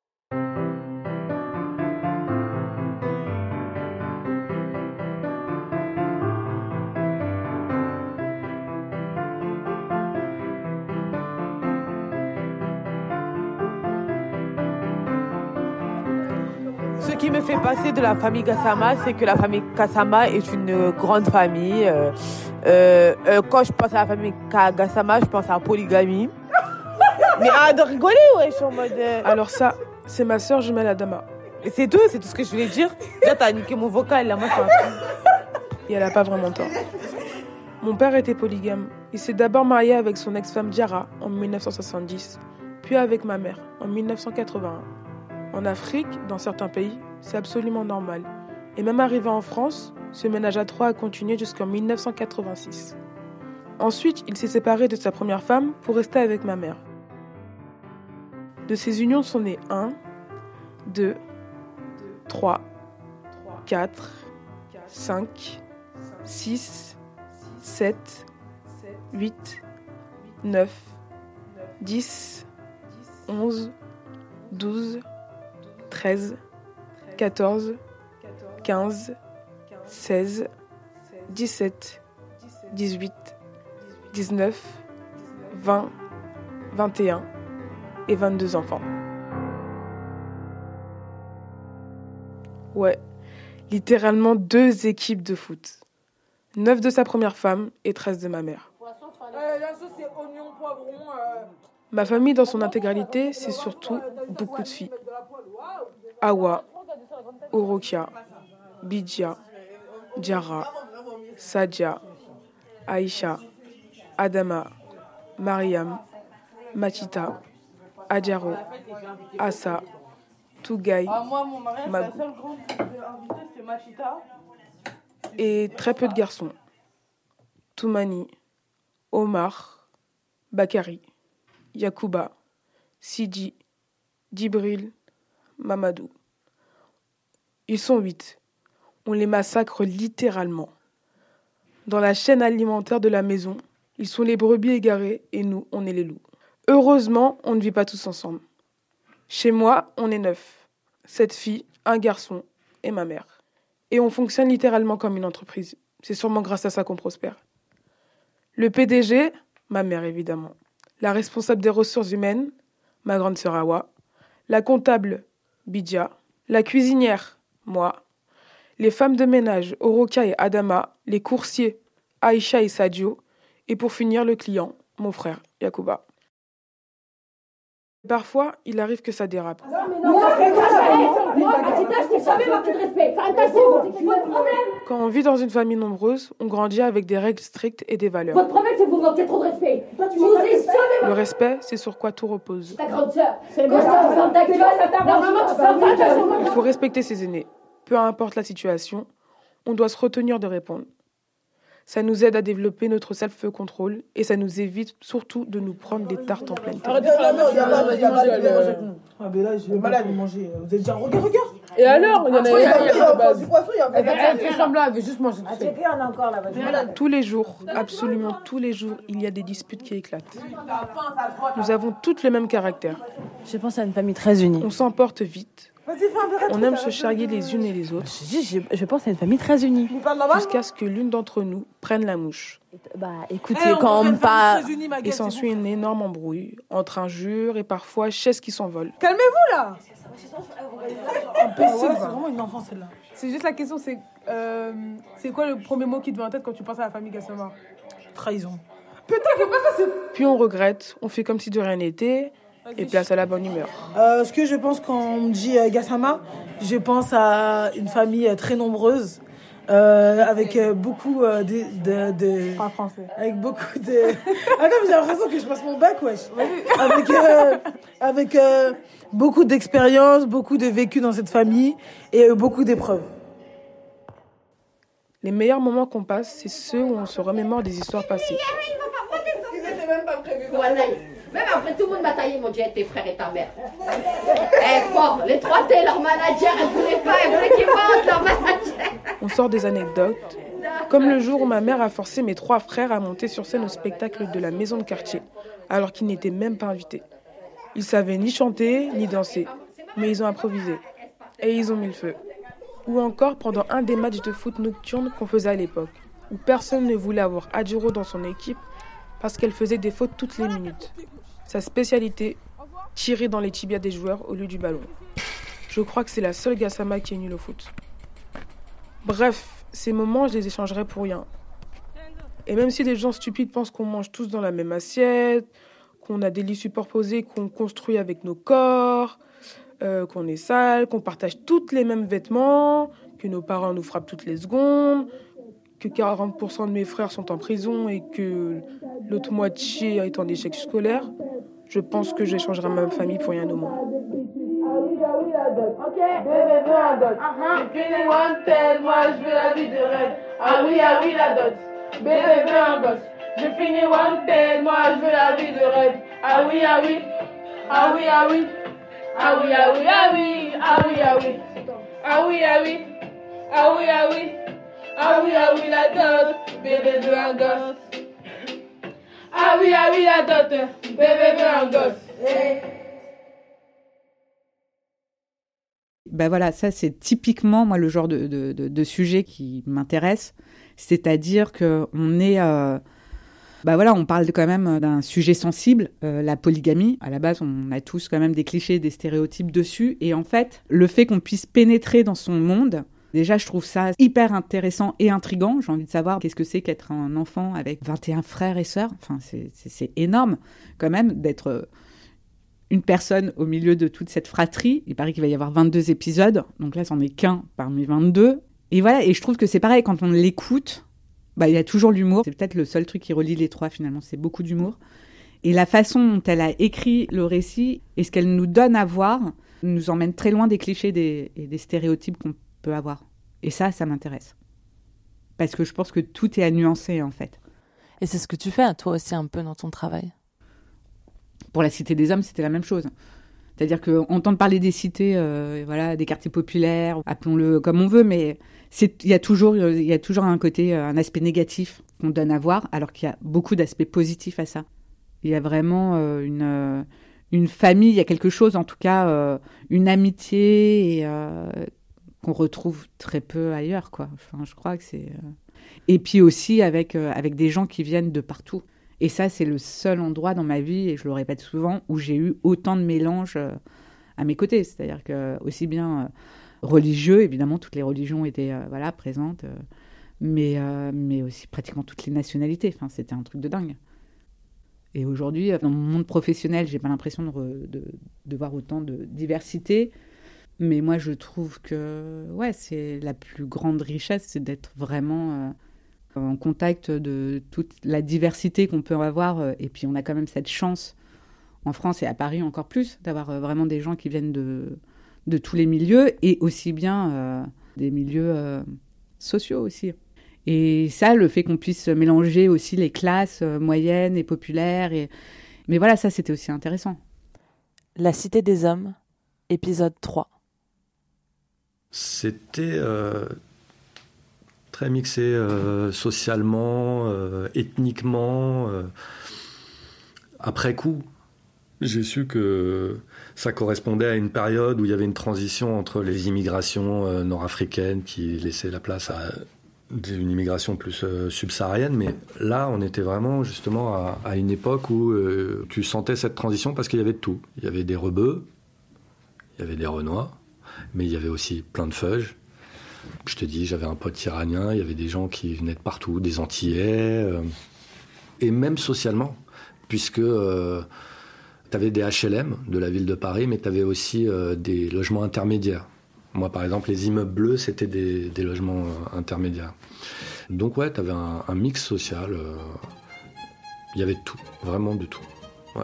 Ce qui me fait passer de la famille Gassama, c'est que la famille Gassama est une grande famille. Quand je pense à la famille Gassama, je pense à la polygamie. Mais arrête de rigoler, ouais, je suis en mode... Alors ça, c'est ma sœur jumelle Adama. Et c'est tout ce que je voulais dire. Là, t'as niqué mon vocal, là, moi, ça... Et elle a pas vraiment tort. Mon père était polygame. Il s'est d'abord marié avec son ex-femme Diara en 1970, puis avec ma mère en 1981. En Afrique, dans certains pays, c'est absolument normal. Et même arrivé en France, ce ménage à trois a continué jusqu'en 1986. Ensuite, il s'est séparé de sa première femme pour rester avec ma mère. De ces unions sont nés 1, 2, 3, 4, 5, 6, 7, 8, 9, 10, 11, 12, 13, 14, 15, 16, 17, 18, 19, 20, 21 et 22 enfants. Ouais, littéralement 2 équipes de foot. 9 de sa première femme et 13 de ma mère. Ma famille dans son intégralité, c'est surtout beaucoup de filles. Awa, Orokia, Bidja, Diarra, Sadia, Aïcha, Adama, Mariam, Matita, Adjaro, Assa, Tougaï, Magou. Et très peu de garçons. Toumani, Omar, Bakari, Yacouba, Sidi, Djibril, Mamadou. Ils sont 8. On les massacre littéralement. Dans la chaîne alimentaire de la maison, ils sont les brebis égarées et nous, on est les loups. Heureusement, on ne vit pas tous ensemble. Chez moi, on est 9. 7 filles, un garçon et ma mère. Et on fonctionne littéralement comme une entreprise. C'est sûrement grâce à ça qu'on prospère. Le PDG, ma mère évidemment. La responsable des ressources humaines, ma grande sœur Awa. La comptable, Bidja. La cuisinière, moi. Les femmes de ménage, Orokia et Adama. Les coursiers, Aïcha et Sadio. Et pour finir, le client, mon frère, Yacouba. Parfois, il arrive que ça dérape. Quand on vit dans une famille nombreuse, on grandit avec des règles strictes et des valeurs. Votre problème, c'est que vous manquez trop de respect. Le respect, c'est sur quoi tout repose. Ta grande sœur, quand tu fermes ta gueule, normalement tu fermes ta gueule. Il faut respecter ses aînés. Peu importe la situation, on doit se retenir de répondre. Ça nous aide à développer notre self-control et ça nous évite surtout de nous prendre des tartes en pleine tête. Arrêtez de la merde, vas-y, mangez. Ah, mais là, je vais malade de manger. Vous êtes déjà, regarde. Et alors, il y en a du poisson, il y a Elle fait semblant, elle veut juste manger. on a encore là, vas-y. Tous les jours, absolument tous les jours, il y a des disputes qui éclatent. Nous avons toutes le même caractère. Je pense à une famille très unie. On s'emporte vite. On aime se charrier les unes et les autres. Je pense à une famille très unie. Jusqu'à ce que l'une d'entre nous prenne la mouche. Bah écoutez, quand même pas... Et s'ensuit une énorme embrouille, entre injures et parfois chaises qui s'envolent. Calmez-vous là. C'est vraiment une enfant celle-là. C'est juste la question, c'est quoi le premier mot qui te vient en tête quand tu penses à la famille Gassama? Trahison. Putain, que pas ça, c'est... Puis on regrette, on fait comme si de rien n'était, et place à la bonne humeur. Ce que je pense quand on me dit Gassama, je pense à une famille très nombreuse, avec beaucoup de... Pas français. Avec beaucoup de... Ah non, mais j'ai l'impression que je passe mon bac, wesh. Avec beaucoup d'expérience, beaucoup de vécu dans cette famille et beaucoup d'épreuves. Les meilleurs moments qu'on passe, c'est ceux où on se remémore des histoires passées. Ils étaient même pas prévus. Même après, tout le monde m'a taillé, mon Dieu, tes frères et ta mère. Fort, les 3T, leur manager, elle voulait qu'ils mentent, leur manager. On sort des anecdotes, comme le jour où ma mère a forcé mes 3 frères à monter sur scène au spectacle de la maison de quartier, alors qu'ils n'étaient même pas invités. Ils savaient ni chanter, ni danser, mais ils ont improvisé. Et ils ont mis le feu. Ou encore pendant un des matchs de foot nocturne qu'on faisait à l'époque, où personne ne voulait avoir Adjuro dans son équipe parce qu'elle faisait des fautes toutes les minutes. Sa spécialité, tirer dans les tibias des joueurs au lieu du ballon. Je crois que c'est la seule Gassama qui est nulle au foot. Bref, ces moments, je les échangerais pour rien. Et même si des gens stupides pensent qu'on mange tous dans la même assiette, qu'on a des lits superposés qu'on construit avec nos corps, qu'on est sale, qu'on partage toutes les mêmes vêtements, que nos parents nous frappent toutes les secondes, que 40% de mes frères sont en prison et que l'autre moitié est en échec scolaire, je pense que j'échangerai ma famille pour rien au monde. Ok, bébé veut un dot. Fini one tel, moi je veux la vie de rêve. Ah oui, la dot. Bébé veut un gosse. Je finis one tel, moi je veux la vie de rêve. Ah oui. Ah oui, ah oui. Ah oui, ah oui. Ah oui. Ah oui, la dot. Bébé veut un gosse. Ah oui, la dot. Bébé veut un gosse. Ben voilà, ça c'est typiquement moi le genre de sujet qui m'intéresse, c'est-à-dire que on est, on parle quand même d'un sujet sensible, la polygamie. À la base, on a tous quand même des clichés, des stéréotypes dessus, et en fait, le fait qu'on puisse pénétrer dans son monde, déjà je trouve ça hyper intéressant et intriguant. J'ai envie de savoir qu'est-ce que c'est qu'être un enfant avec 21 frères et sœurs. Enfin, c'est énorme quand même d'être une personne au milieu de toute cette fratrie. Il paraît qu'il va y avoir 22 épisodes, donc là, c'en est qu'un parmi 22. Et voilà, et je trouve que c'est pareil, quand on l'écoute, il y a toujours l'humour. C'est peut-être le seul truc qui relie les trois, finalement, c'est beaucoup d'humour. Et la façon dont elle a écrit le récit et ce qu'elle nous donne à voir nous emmène très loin des clichés et des stéréotypes qu'on peut avoir. Et ça m'intéresse. Parce que je pense que tout est à nuancer, en fait. Et c'est ce que tu fais, toi aussi, un peu dans ton travail. Pour la Cité des Hommes, c'était la même chose. C'est-à-dire qu'on entend parler des cités, des quartiers populaires, appelons-le comme on veut, mais il y a toujours un côté, un aspect négatif qu'on donne à voir, alors qu'il y a beaucoup d'aspects positifs à ça. Il y a vraiment une famille, il y a quelque chose, en tout cas, une amitié qu'on retrouve très peu ailleurs, quoi. Enfin, je crois que c'est... Et puis aussi avec des gens qui viennent de partout. Et ça, c'est le seul endroit dans ma vie, et je le répète souvent, où j'ai eu autant de mélanges à mes côtés. C'est-à-dire que aussi bien religieux, évidemment, toutes les religions étaient présentes, mais aussi pratiquement toutes les nationalités. Enfin, c'était un truc de dingue. Et aujourd'hui, dans mon monde professionnel, j'ai pas l'impression de voir autant de diversité. Mais moi, je trouve que c'est la plus grande richesse, c'est d'être vraiment en contact de toute la diversité qu'on peut avoir. Et puis, on a quand même cette chance, en France et à Paris encore plus, d'avoir vraiment des gens qui viennent de tous les milieux, et aussi bien des milieux sociaux aussi. Et ça, le fait qu'on puisse mélanger aussi les classes moyennes et populaires. Mais voilà, ça, c'était aussi intéressant. La Cité des Hommes, épisode 3. C'était très mixé socialement, ethniquement. Après coup, j'ai su que ça correspondait à une période où il y avait une transition entre les immigrations nord-africaines qui laissaient la place à une immigration plus subsaharienne, mais là, on était vraiment justement à une époque où tu sentais cette transition parce qu'il y avait de tout. Il y avait des rebeux, il y avait des renois, mais il y avait aussi plein de feuges. Je te dis, j'avais un pote iranien, il y avait des gens qui venaient de partout, des Antillais, et même socialement, puisque tu avais des HLM de la ville de Paris, mais tu avais aussi des logements intermédiaires. Moi, par exemple, les immeubles bleus, c'était des logements intermédiaires. Donc, tu avais un mix social. Il y avait de tout, vraiment de tout. Ouais.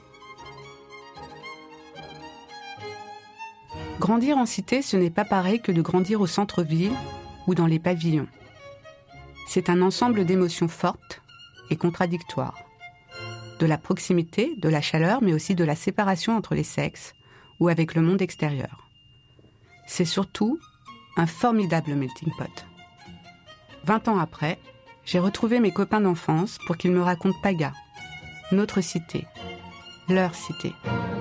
Grandir en cité, ce n'est pas pareil que de grandir au centre-ville ou dans les pavillons. C'est un ensemble d'émotions fortes et contradictoires. De la proximité, de la chaleur, mais aussi de la séparation entre les sexes ou avec le monde extérieur. C'est surtout un formidable melting pot. 20 ans après, j'ai retrouvé mes copains d'enfance pour qu'ils me racontent Paga, notre cité, leur cité.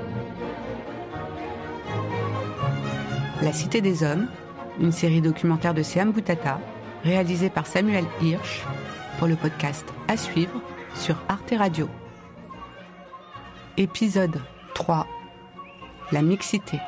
La Cité des Hommes, une série documentaire de Seam Boutata, réalisée par Samuel Hirsch, pour le podcast À suivre sur Arte Radio. Épisode 3. La mixité.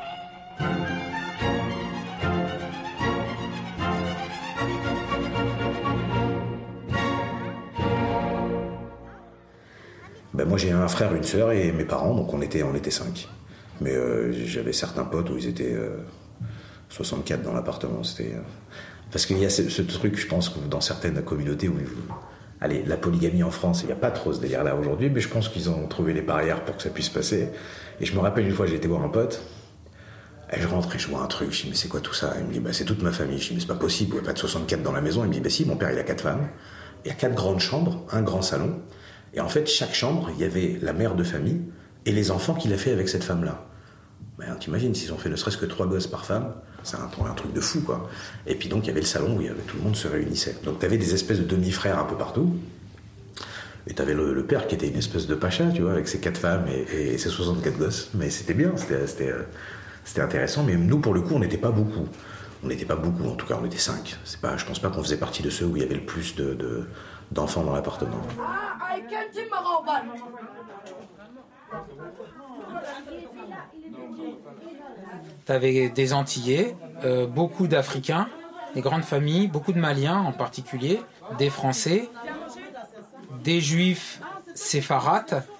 Moi j'ai un frère, une sœur et mes parents, donc on était 5. Mais j'avais certains potes où ils étaient 64 dans l'appartement. Parce qu'il y a ce truc, je pense, dans certaines communautés où... Allez, la polygamie en France, il n'y a pas trop ce délire-là aujourd'hui, mais je pense qu'ils ont trouvé les barrières pour que ça puisse passer. Et je me rappelle une fois, j'ai été voir un pote, et je rentre et je vois un truc, je dis mais c'est quoi tout ça? Il me dit c'est toute ma famille. Je dis mais c'est pas possible, il n'y a pas de 64 dans la maison. Il me dit si, mon père il a 4 femmes, il y a 4 grandes chambres, un grand salon, et en fait chaque chambre, il y avait la mère de famille et les enfants qu'il a fait avec cette femme-là. T'imagines, s'ils ont fait ne serait-ce que 3 gosses par femme, c'est un truc de fou, quoi. Et puis donc, il y avait le salon où tout le monde se réunissait. Donc, t'avais des espèces de demi-frères un peu partout. Et t'avais le père qui était une espèce de pacha, tu vois, avec ses 4 femmes et ses 64 gosses. Mais c'était bien, c'était intéressant. Mais nous, pour le coup, on n'était pas beaucoup. On n'était pas beaucoup, en tout cas, on était 5. Je pense pas qu'on faisait partie de ceux où il y avait le plus d'enfants dans l'appartement. T'avais des Antillais, beaucoup d'Africains, des grandes familles, beaucoup de Maliens en particulier, des Français, des Juifs séfarades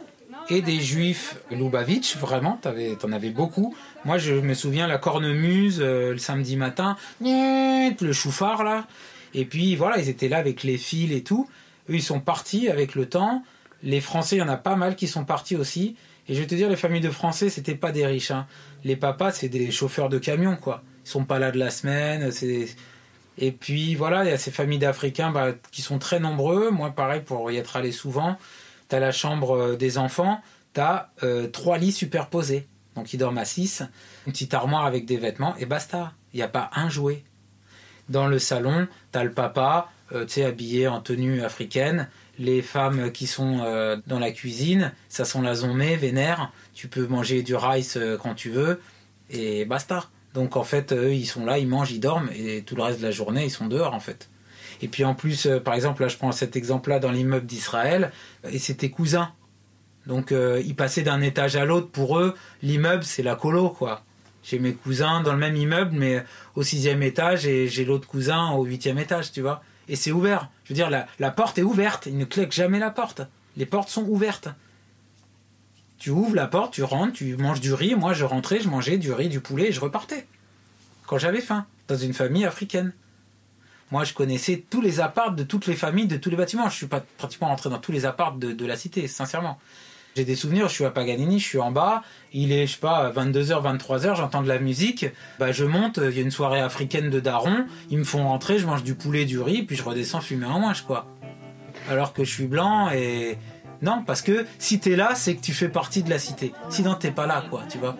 et des juifs Lubavitch, vraiment, t'en avais beaucoup. Moi, je me souviens la cornemuse le samedi matin, le chouffard là. Et puis voilà, ils étaient là avec les fils et tout. Eux, ils sont partis avec le temps. Les Français, il y en a pas mal qui sont partis aussi. Et je vais te dire, les familles de Français, c'était pas des riches. Hein. Les papas, c'est des chauffeurs de camions, quoi. Ils sont pas là de la semaine. Et puis voilà, il y a ces familles d'Africains qui sont très nombreux. Moi, pareil, pour y être allé souvent, t'as la chambre des enfants, t'as 3 lits superposés. Donc ils dorment à 6, une petite armoire avec des vêtements, et basta. Il n'y a pas un jouet. Dans le salon, t'as le papa, habillé en tenue africaine. Les femmes qui sont dans la cuisine, ça sent la zombie, vénère. Tu peux manger du rice quand tu veux, et basta. Donc en fait, eux, ils sont là, ils mangent, ils dorment, et tout le reste de la journée, ils sont dehors en fait. Et puis en plus, par exemple, là je prends cet exemple-là dans l'immeuble d'Israël, et c'est tes cousins. Donc ils passaient d'un étage à l'autre, pour eux, l'immeuble c'est la colo, quoi. J'ai mes cousins dans le même immeuble, mais au 6e étage, et j'ai l'autre cousin au 8e étage, tu vois. Et c'est ouvert. Je veux dire, la porte est ouverte, ils ne claquent jamais la porte. Les portes sont ouvertes. Tu ouvres la porte, tu rentres, tu manges du riz. Moi, je rentrais, je mangeais du riz, du poulet, et je repartais. Quand j'avais faim, dans une famille africaine. Moi, je connaissais tous les apparts de toutes les familles, de tous les bâtiments. Je ne suis pas pratiquement rentré dans tous les apparts de la cité, sincèrement. J'ai des souvenirs, je suis à Paganini, je suis en bas, il est, 22h, 23h, j'entends de la musique, je monte, il y a une soirée africaine de daron, ils me font rentrer, je mange du poulet, du riz, puis je redescends fumer un ouinge, quoi. Alors que je suis blanc et... Non, parce que si t'es là, c'est que tu fais partie de la cité. Sinon, t'es pas là, quoi, tu vois.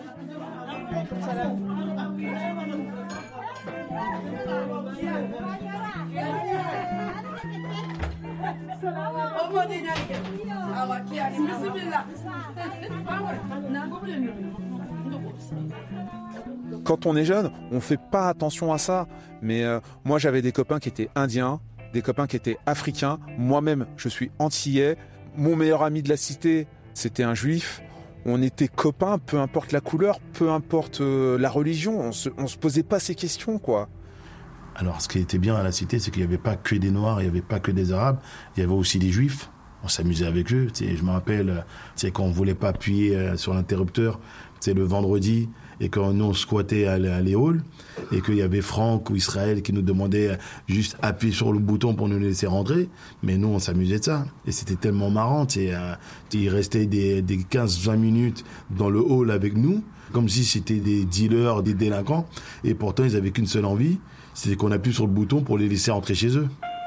Quand on est jeune, on fait pas attention à ça. Mais moi, j'avais des copains qui étaient indiens, des copains qui étaient africains. Moi-même, je suis antillais. Mon meilleur ami de la cité, c'était un juif. On était copains, peu importe la couleur, peu importe la religion. On se posait pas ces questions, quoi. Alors, ce qui était bien à la cité, c'est qu'il n'y avait pas que des Noirs, il n'y avait pas que des Arabes, il y avait aussi des Juifs. On s'amusait avec eux. Je me rappelle, quand on voulait pas appuyer sur l'interrupteur, le vendredi, et quand nous on squattait à les halls, et qu'il y avait Franck ou Israël qui nous demandait juste appuyer sur le bouton pour nous laisser rentrer, mais nous on s'amusait de ça. Et c'était tellement marrant. Il restait des 15-20 minutes dans le hall avec nous, comme si c'était des dealers, des délinquants, et pourtant ils avaient qu'une seule envie, c'était qu'on appuie sur le bouton pour les laisser rentrer chez eux.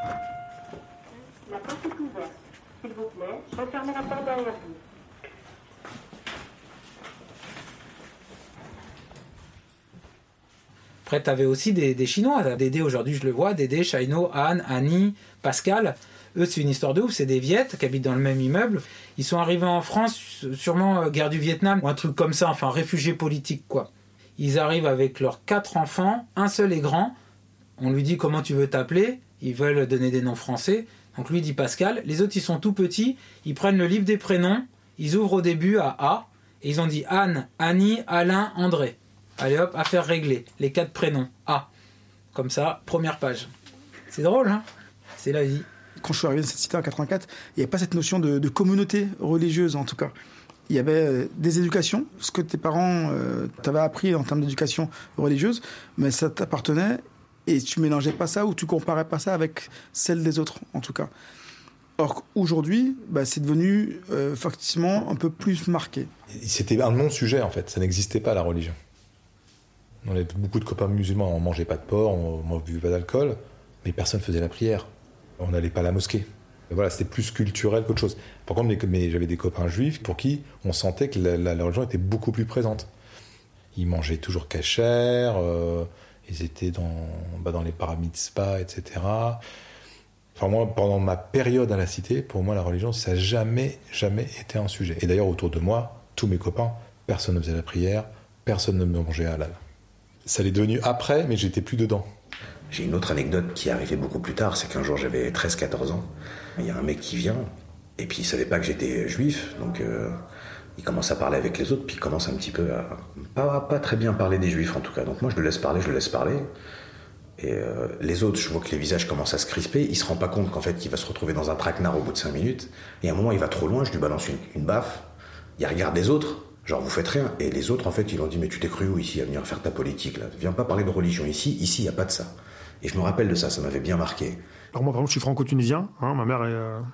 Refermez la porte derrière vous. Après, t'avais aussi des Chinois. Dédé, aujourd'hui, je le vois. Dédé, Shaino, Anne, Annie, Pascal. Eux, c'est une histoire de ouf. C'est des Viettes qui habitent dans le même immeuble. Ils sont arrivés en France, sûrement guerre du Vietnam, ou un truc comme ça, enfin, réfugiés politiques, quoi. Ils arrivent avec leurs 4 enfants. Un seul est grand. On lui dit comment tu veux t'appeler. Ils veulent donner des noms français. Donc lui dit Pascal. Les autres, ils sont tout petits. Ils prennent le livre des prénoms. Ils ouvrent au début à A. Et ils ont dit Anne, Annie, Alain, André. Allez hop, affaire réglée. Les 4 prénoms. A. Comme ça, première page. C'est drôle, hein ? C'est la vie. Quand je suis arrivé dans cette cité en 84, il n'y avait pas cette notion de communauté religieuse, en tout cas. Il y avait des éducations, ce que tes parents t'avaient appris en termes d'éducation religieuse, mais ça t'appartenait et tu mélangeais pas ça ou tu comparais pas ça avec celle des autres, en tout cas. Or, aujourd'hui, c'est devenu effectivement un peu plus marqué. C'était un non-sujet, en fait. Ça n'existait pas, la religion. On avait beaucoup de copains musulmans. On mangeait pas de porc, on ne buvait pas d'alcool, mais personne faisait la prière. On n'allait pas à la mosquée. Voilà, c'était plus culturel qu'autre chose. Par contre, j'avais des copains juifs pour qui on sentait que la religion était beaucoup plus présente. Ils mangeaient toujours kasher, ils étaient dans les bar mitzvahs, etc. Enfin, moi, pendant ma période à la cité, pour moi, la religion, ça n'a jamais été un sujet. Et d'ailleurs, autour de moi, tous mes copains, personne ne faisait la prière, personne ne mangeait halal. Ça l'est devenu après, mais j'étais plus dedans. J'ai une autre anecdote qui est arrivée beaucoup plus tard, c'est qu'un jour j'avais 13-14 ans, il y a un mec qui vient, et puis il savait pas que j'étais juif, donc il commence à parler avec les autres, puis il commence un petit peu à pas très bien parler des juifs en tout cas, donc moi je le laisse parler, et les autres, je vois que les visages commencent à se crisper, il se rend pas compte qu'en fait il va se retrouver dans un traquenard au bout de 5 minutes, et à un moment il va trop loin, je lui balance une baffe, Il regarde les autres, genre vous faites rien. Et les autres, en fait, ils ont dit, mais tu t'es cru où ici à venir faire ta politique là? Viens pas parler de religion ici, il n'y a pas de ça. Et je me rappelle de ça, ça m'avait bien marqué. Alors moi, par exemple, je suis franco-tunisien. Ma mère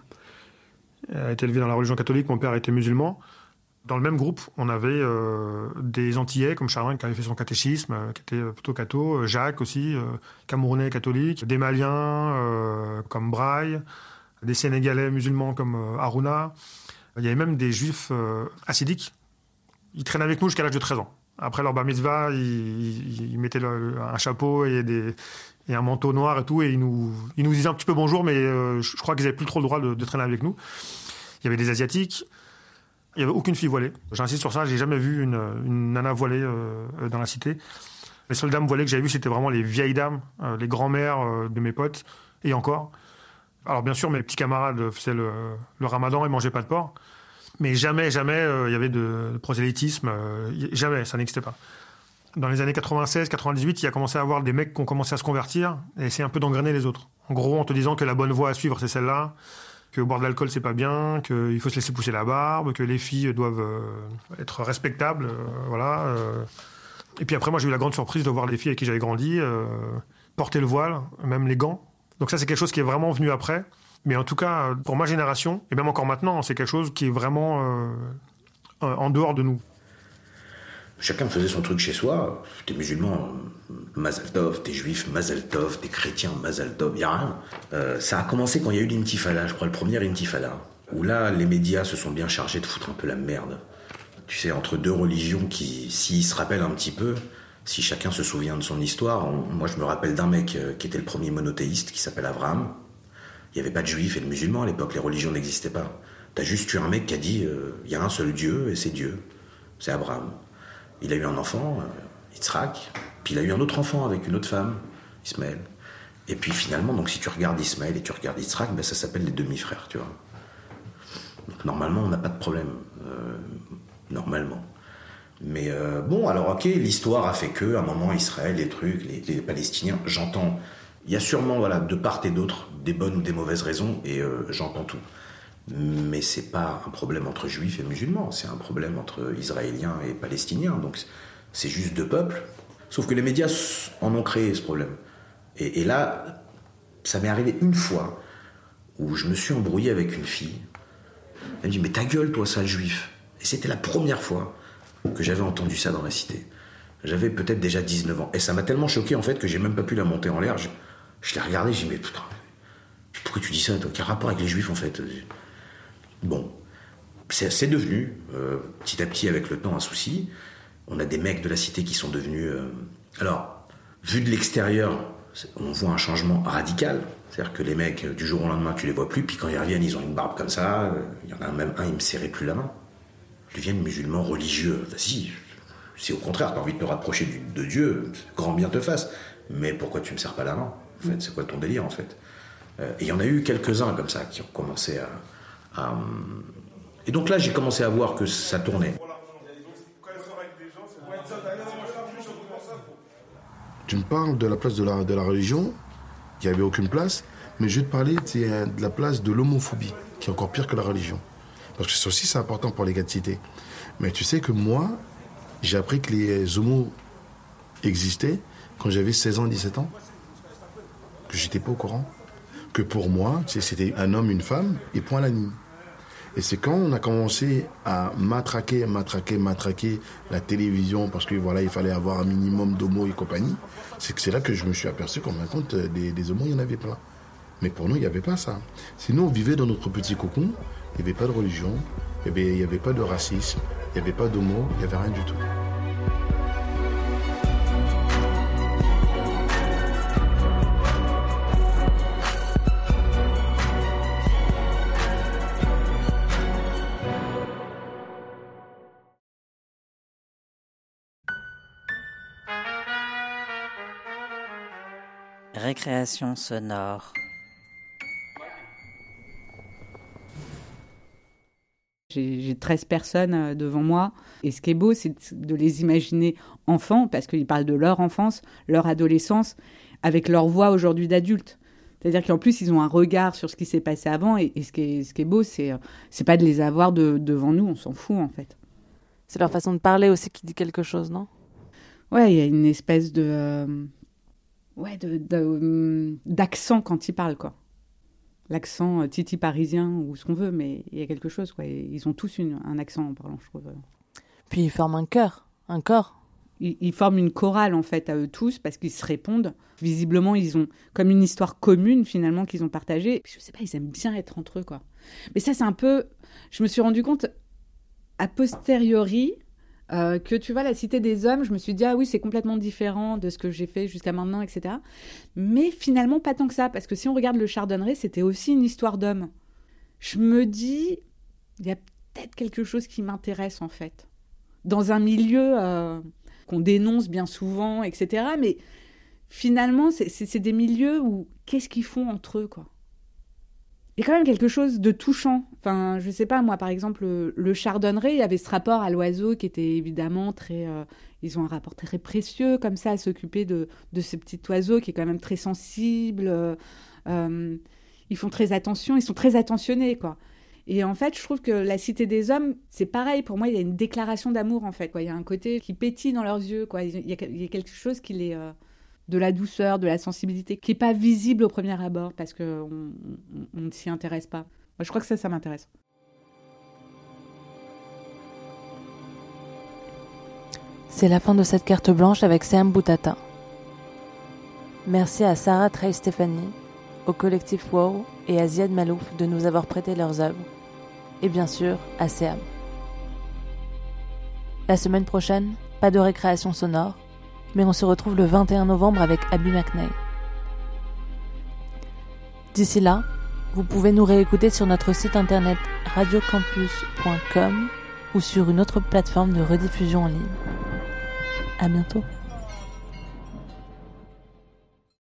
a été élevée dans la religion catholique, mon père était musulman. Dans le même groupe, on avait des Antillais, comme Charlin, qui avait fait son catéchisme, qui était plutôt catho, Jacques aussi, Camerounais catholique, des Maliens comme Braille, des Sénégalais musulmans comme Harouna. Il y avait même des Juifs hassidiques. Ils traînaient avec nous jusqu'à l'âge de 13 ans. Après leur bar mitzvah, ils mettaient un chapeau et un manteau noir et tout, et ils nous disaient un petit peu bonjour, mais je crois qu'ils n'avaient plus trop le droit de traîner avec nous. Il y avait des Asiatiques. Il n'y avait aucune fille voilée. J'insiste sur ça, j'ai jamais vu une nana voilée dans la cité. Les seules dames voilées que j'avais vues, c'était vraiment les vieilles dames, les grands-mères de mes potes, et encore. Alors bien sûr, mes petits camarades faisaient le ramadan et mangeaient pas de porc. Mais jamais, il y avait de prosélytisme. Jamais, ça n'existait pas. Dans les années 96, 98, il y a commencé à avoir des mecs qui ont commencé à se convertir et essayer un peu d'engrainer les autres. En gros, en te disant que la bonne voie à suivre, c'est celle-là, que boire de l'alcool, c'est pas bien, qu'il faut se laisser pousser la barbe, que les filles doivent être respectables, voilà. Et puis après, moi, j'ai eu la grande surprise de voir les filles avec qui j'avais grandi porter le voile, même les gants. Donc ça, c'est quelque chose qui est vraiment venu après. Mais en tout cas, pour ma génération, et même encore maintenant, c'est quelque chose qui est vraiment en dehors de nous. Chacun faisait son truc chez soi. T'es musulman, Mazal Tov, t'es juif, Mazal Tov, t'es chrétien, Mazal Tov, y a rien. Ça a commencé quand il y a eu l'intifada, je crois, le premier intifada, où là, les médias se sont bien chargés de foutre un peu la merde. Tu sais, entre deux religions qui, s'ils se rappellent un petit peu, si chacun se souvient de son histoire, moi je me rappelle d'un mec qui était le premier monothéiste, qui s'appelle Abraham. Il n'y avait pas de juifs et de musulmans à l'époque, les religions n'existaient pas. T'as juste eu un mec qui a dit, il y a un seul Dieu et c'est Dieu, c'est Abraham. Il a eu un enfant, Yitzhak, puis il a eu un autre enfant avec une autre femme, Ismaël. Et puis finalement, donc si tu regardes Ismaël et tu regardes Yitzhak, ben ça s'appelle les demi-frères, tu vois. Donc normalement, on n'a pas de problème, normalement. Mais bon, alors ok, l'histoire a fait que, à un moment, Israël, les trucs, les Palestiniens, j'entends. Il y a sûrement, voilà, de part et d'autre, des bonnes ou des mauvaises raisons, et j'entends tout. Mais c'est pas un problème entre juifs et musulmans, c'est un problème entre israéliens et palestiniens. Donc c'est juste deux peuples. Sauf que les médias en ont créé ce problème. Et là, ça m'est arrivé une fois où je me suis embrouillé avec une fille. Elle me dit, mais ta gueule, toi, sale juif. Et c'était la première fois que j'avais entendu ça dans la cité. J'avais peut-être déjà 19 ans. Et ça m'a tellement choqué, en fait, que j'ai même pas pu la monter en l'air. Je l'ai regardée, j'ai dit, mais putain, pourquoi tu dis ça, toi? Quel rapport avec les juifs, en fait? Bon, c'est devenu, petit à petit, avec le temps, un souci. On a des mecs de la cité qui sont devenus... Alors, vu de l'extérieur, on voit un changement radical. C'est-à-dire que les mecs, du jour au lendemain, tu les vois plus, puis quand ils reviennent, ils ont une barbe comme ça. Il y en a même un, il me serrait plus la main. Ils deviennent musulmans religieux. Vas-y, c'est au contraire, t'as envie de te rapprocher de Dieu, grand bien te fasse. Mais pourquoi tu me serres pas la main? En fait, c'est quoi ton délire, en fait? Et il y en a eu quelques-uns comme ça qui ont commencé à... Et donc là, j'ai commencé à voir que ça tournait. Tu me parles de la place de la religion, qui n'avait aucune place, mais je vais te parler de la place de l'homophobie, qui est encore pire que la religion. Parce que ça aussi, c'est important pour les gars de cité. Mais tu sais que moi, j'ai appris que les homos existaient quand j'avais 16 ans, 17 ans, que j'étais pas au courant. Que pour moi, c'était un homme, une femme, et point à la ligne. Et c'est quand on a commencé à matraquer la télévision, parce que voilà, il fallait avoir un minimum d'homos et compagnie, c'est là que je me suis aperçu qu'en fin de compte, des homos, il y en avait plein. Mais pour nous, il n'y avait pas ça. Sinon, on vivait dans notre petit cocon, il n'y avait pas de religion, il n'y avait pas de racisme, il n'y avait pas d'homo, il n'y avait rien du tout. Récréation sonore. J'ai 13 personnes devant moi. Et ce qui est beau, c'est de les imaginer enfants, parce qu'ils parlent de leur enfance, leur adolescence, avec leur voix aujourd'hui d'adultes. C'est-à-dire qu'en plus, ils ont un regard sur ce qui s'est passé avant. Et ce qui est beau, c'est pas de les avoir devant nous. On s'en fout, en fait. C'est leur façon de parler aussi qui dit quelque chose, non ? Ouais, il y a une espèce d'accent quand ils parlent, quoi. L'accent titi parisien ou ce qu'on veut, mais il y a quelque chose, quoi. Ils ont tous un accent en parlant, je trouve. Puis ils forment un corps. Ils forment une chorale, en fait, à eux tous, parce qu'ils se répondent. Visiblement, ils ont comme une histoire commune, finalement, qu'ils ont partagée. Je sais pas, ils aiment bien être entre eux, quoi. Mais ça, c'est un peu... Je me suis rendu compte, a posteriori, que, tu vois, la Cité des Hommes, je me suis dit, ah oui, c'est complètement différent de ce que j'ai fait jusqu'à maintenant, etc. Mais finalement, pas tant que ça, parce que si on regarde le Chardonneret, c'était aussi une histoire d'hommes. Je me dis, il y a peut-être quelque chose qui m'intéresse, en fait. Dans un milieu qu'on dénonce bien souvent, etc. Mais finalement, c'est des milieux où, qu'est-ce qu'ils font entre eux, quoi. Il y a quand même quelque chose de touchant. Enfin, je sais pas, moi, par exemple, le Chardonneret, il y avait ce rapport à l'oiseau qui était évidemment très... ils ont un rapport très précieux, comme ça, à s'occuper de ce petit oiseau qui est quand même très sensible. Ils font très attention, ils sont très attentionnés, quoi. Et en fait, je trouve que la Cité des Hommes, c'est pareil. Pour moi, il y a une déclaration d'amour, en fait, quoi. Il y a un côté qui pétille dans leurs yeux, quoi. Il y a quelque chose qui les... de la douceur, de la sensibilité, qui n'est pas visible au premier abord parce qu'on ne s'y intéresse pas. Moi, je crois que ça m'intéresse. C'est la fin de cette carte blanche avec Seam Boutata. Merci à Sarah Trey Stéphanie, au collectif Wow et à Ziad Malouf de nous avoir prêté leurs œuvres. Et bien sûr, à Seam. La semaine prochaine, pas de récréation sonore, mais on se retrouve le 21 novembre avec Abby McNay. D'ici là, vous pouvez nous réécouter sur notre site internet radiocampus.com ou sur une autre plateforme de rediffusion en ligne. À bientôt.